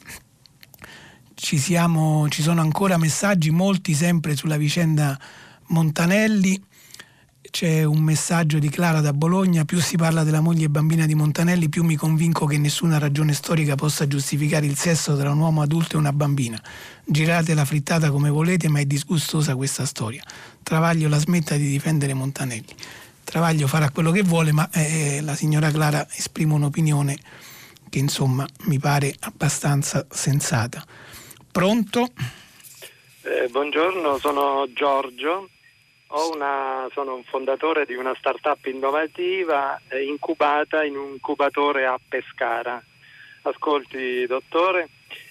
Ci sono ancora messaggi, molti sempre sulla vicenda Montanelli. C'è un messaggio di Clara da Bologna: più si parla della moglie e bambina di Montanelli, più mi convinco che nessuna ragione storica possa giustificare il sesso tra un uomo adulto e una bambina. Girate la frittata come volete, ma è disgustosa questa storia. Travaglio la smetta di difendere Montanelli. Travaglio farà quello che vuole, ma la signora Clara esprime un'opinione che insomma mi pare abbastanza sensata. Pronto? Buongiorno, sono Giorgio. Sono un fondatore di una startup innovativa incubata in un incubatore a Pescara. Ascolti, dottore,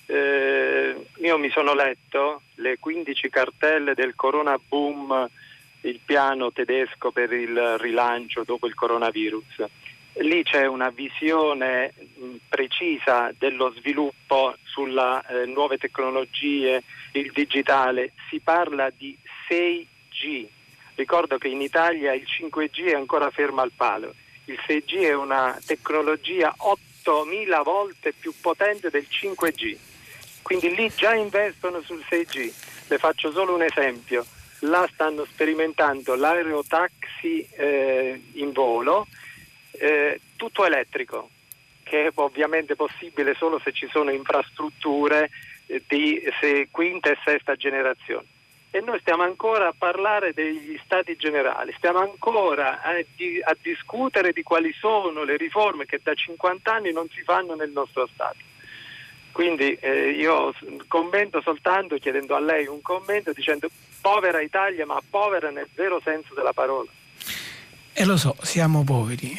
io mi sono letto le 15 cartelle del Corona Boom, il piano tedesco per il rilancio dopo il coronavirus. Lì c'è una visione precisa dello sviluppo sulle nuove tecnologie, il digitale. Si parla di 6G. Ricordo che in Italia il 5G è ancora fermo al palo. Il 6G è una tecnologia 8.000 volte più potente del 5G. Quindi lì già investono sul 6G. Le faccio solo un esempio. Là stanno sperimentando l'aerotaxi in volo, tutto elettrico, che è ovviamente possibile solo se ci sono infrastrutture di quinta e sesta generazione. E noi stiamo ancora a parlare degli stati generali, stiamo ancora a discutere di quali sono le riforme che da 50 anni non si fanno nel nostro Stato. Quindi io commento soltanto chiedendo a lei un commento dicendo povera Italia, ma povera nel vero senso della parola. Lo so, siamo poveri.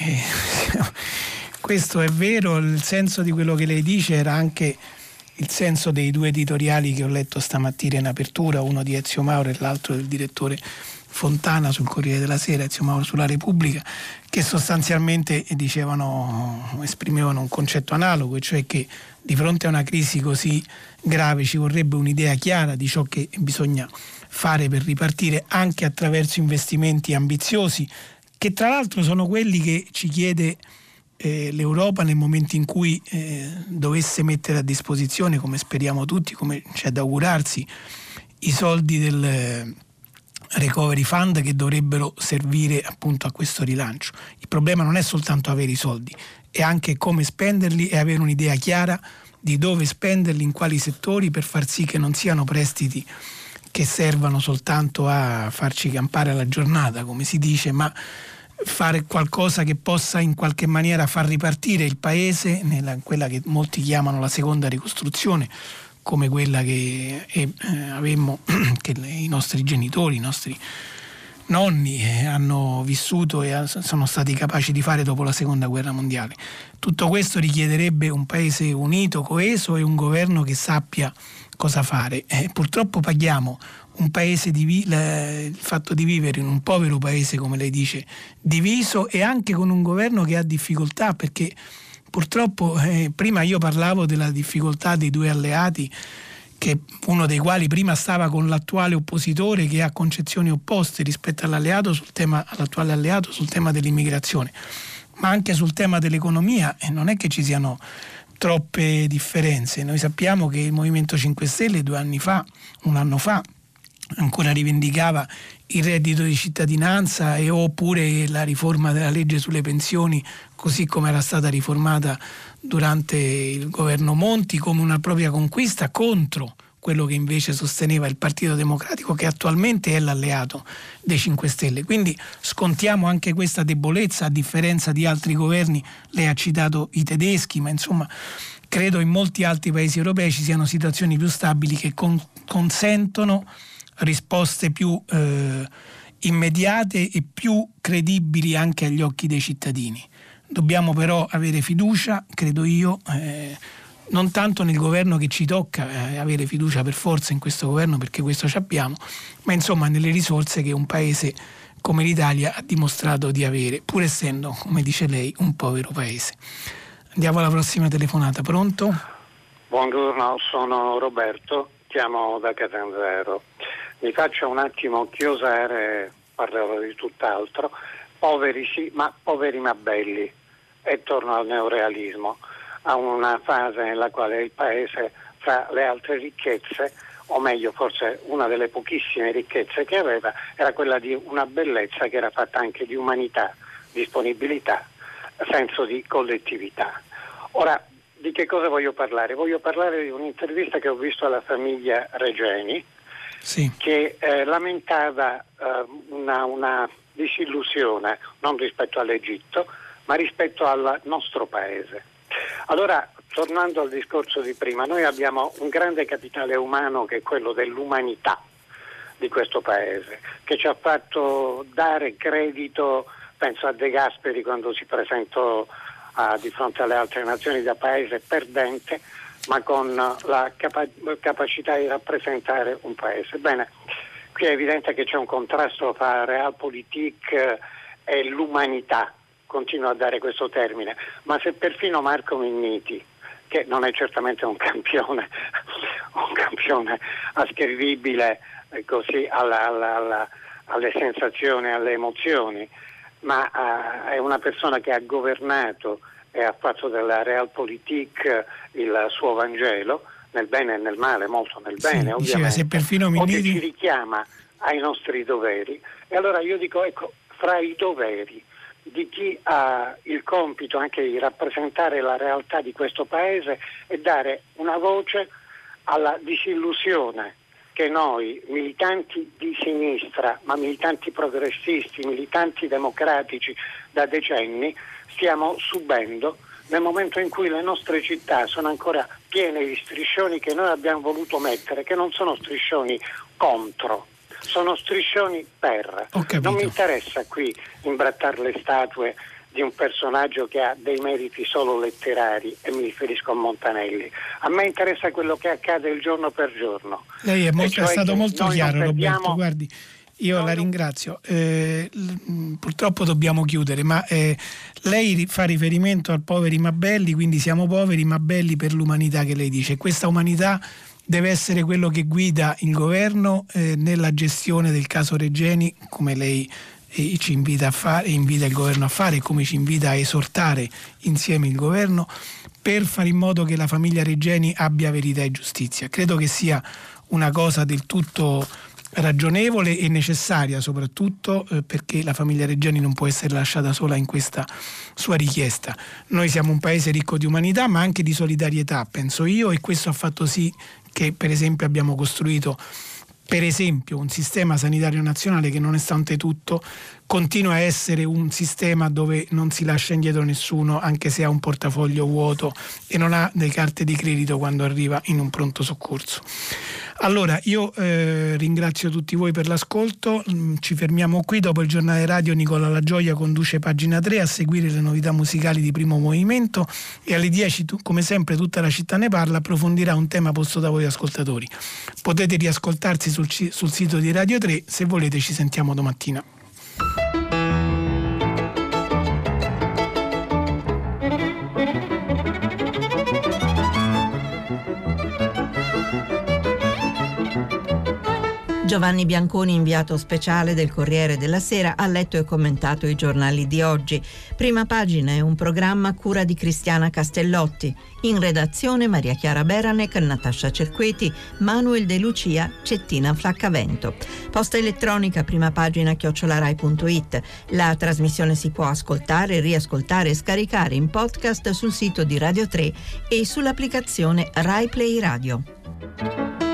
Questo è vero, il senso di quello che lei dice era anche il senso dei due editoriali che ho letto stamattina in apertura, uno di Ezio Mauro e l'altro del direttore Fontana sul Corriere della Sera, Ezio Mauro sulla Repubblica, che sostanzialmente esprimevano un concetto analogo, cioè che di fronte a una crisi così grave ci vorrebbe un'idea chiara di ciò che bisogna fare per ripartire, anche attraverso investimenti ambiziosi, che tra l'altro sono quelli che ci chiede l'Europa nel momento in cui dovesse mettere a disposizione, come speriamo tutti, come c'è da augurarsi, i soldi del Recovery Fund che dovrebbero servire appunto a questo rilancio. Il problema non è soltanto avere i soldi, è anche come spenderli e avere un'idea chiara di dove spenderli, in quali settori, per far sì che non siano prestiti che servano soltanto a farci campare alla giornata, come si dice, ma fare qualcosa che possa in qualche maniera far ripartire il paese quella che molti chiamano la seconda ricostruzione, come quella che avemmo, che i nostri genitori, i nostri nonni hanno vissuto e sono stati capaci di fare dopo la seconda guerra mondiale. Tutto questo richiederebbe un paese unito, coeso e un governo che sappia cosa fare. Purtroppo paghiamo un paese il fatto di vivere in un povero paese, come lei dice, diviso, e anche con un governo che ha difficoltà, perché purtroppo prima io parlavo della difficoltà dei due alleati, che uno dei quali prima stava con l'attuale oppositore che ha concezioni opposte rispetto all'attuale alleato sul tema dell'immigrazione, ma anche sul tema dell'economia, e non è che ci siano troppe differenze. Noi sappiamo che il Movimento 5 Stelle un anno fa ancora rivendicava il reddito di cittadinanza oppure la riforma della legge sulle pensioni, così come era stata riformata durante il governo Monti, come una propria conquista contro quello che invece sosteneva il Partito Democratico, che attualmente è l'alleato dei 5 Stelle. Quindi scontiamo anche questa debolezza, a differenza di altri governi. Lei ha citato i tedeschi, ma insomma credo in molti altri paesi europei ci siano situazioni più stabili che consentono risposte più immediate e più credibili anche agli occhi dei cittadini. Dobbiamo però avere fiducia, credo io, non tanto nel governo che ci tocca avere fiducia per forza in questo governo, perché questo ci abbiamo, ma insomma nelle risorse che un paese come l'Italia ha dimostrato di avere, pur essendo, come dice lei, un povero paese. Andiamo alla prossima telefonata. Pronto? Buongiorno, sono Roberto, chiamo da Catanzaro. Mi faccio un attimo chiosare, parlerò di tutt'altro. Poveri sì, ma poveri ma belli. E torno al neorealismo, a una fase nella quale il paese, fra le altre ricchezze, o meglio forse una delle pochissime ricchezze che aveva, era quella di una bellezza che era fatta anche di umanità, disponibilità, senso di collettività. Ora, di che cosa voglio parlare? Voglio parlare di un'intervista che ho visto alla famiglia Regeni, sì, che lamentava una disillusione non rispetto all'Egitto, ma rispetto al nostro paese. Allora, tornando al discorso di prima, noi abbiamo un grande capitale umano che è quello dell'umanità di questo paese, che ci ha fatto dare credito, penso a De Gasperi quando si presentò di fronte alle altre nazioni da paese perdente, ma con la capacità di rappresentare un paese. Bene, qui è evidente che c'è un contrasto tra realpolitik e l'umanità, continuo a dare questo termine, ma se perfino Marco Minniti, che non è certamente un campione ascrivibile così alle sensazioni, alle emozioni, ma è una persona che ha governato e ha fatto della realpolitik il suo Vangelo, nel bene e nel male, molto nel bene, ovviamente, se perfino Minniti ci richiama ai nostri doveri. E allora io dico, ecco, fra i doveri di chi ha il compito anche di rappresentare la realtà di questo paese e dare una voce alla disillusione che noi, militanti di sinistra, ma militanti progressisti, militanti democratici da decenni, stiamo subendo nel momento in cui le nostre città sono ancora piene di striscioni che noi abbiamo voluto mettere, che non sono striscioni contro, sono striscioni per. Non mi interessa qui imbrattare le statue di un personaggio che ha dei meriti solo letterari, e mi riferisco a Montanelli. A me interessa quello che accade il giorno per giorno. Lei è stato molto chiaro, Roberto, guardi, io la ringrazio. Purtroppo dobbiamo chiudere, ma lei fa riferimento al poveri ma belli, quindi siamo poveri ma belli per l'umanità che lei dice. Questa umanità deve essere quello che guida il governo nella gestione del caso Regeni, come lei ci invita a fare, invita il governo a fare, e come ci invita a esortare insieme il governo, per fare in modo che la famiglia Regeni abbia verità e giustizia. Credo che sia una cosa del tutto ragionevole e necessaria, soprattutto perché la famiglia Regeni non può essere lasciata sola in questa sua richiesta. Noi siamo un paese ricco di umanità, ma anche di solidarietà, penso io, e questo ha fatto sì che, per esempio, abbiamo costruito un sistema sanitario nazionale che, nonostante tutto, continua a essere un sistema dove non si lascia indietro nessuno, anche se ha un portafoglio vuoto e non ha le carte di credito quando arriva in un pronto soccorso. Allora, io ringrazio tutti voi per l'ascolto, ci fermiamo qui. Dopo il giornale radio Nicola La Gioia conduce Pagina 3, a seguire le novità musicali di Primo Movimento, e alle 10, come sempre, Tutta la città ne parla, approfondirà un tema posto da voi ascoltatori. Potete riascoltarsi sul sito di Radio 3, se volete ci sentiamo domattina. Giovanni Bianconi, inviato speciale del Corriere della Sera, ha letto e commentato i giornali di oggi. Prima Pagina è un programma a cura di Cristiana Castellotti. In redazione Maria Chiara Beranec, Natascia Cerqueti, Manuel De Lucia, Cettina Flaccavento. Posta elettronica primapagina@rai.it. La trasmissione si può ascoltare, riascoltare e scaricare in podcast sul sito di Radio 3 e sull'applicazione Rai Play Radio.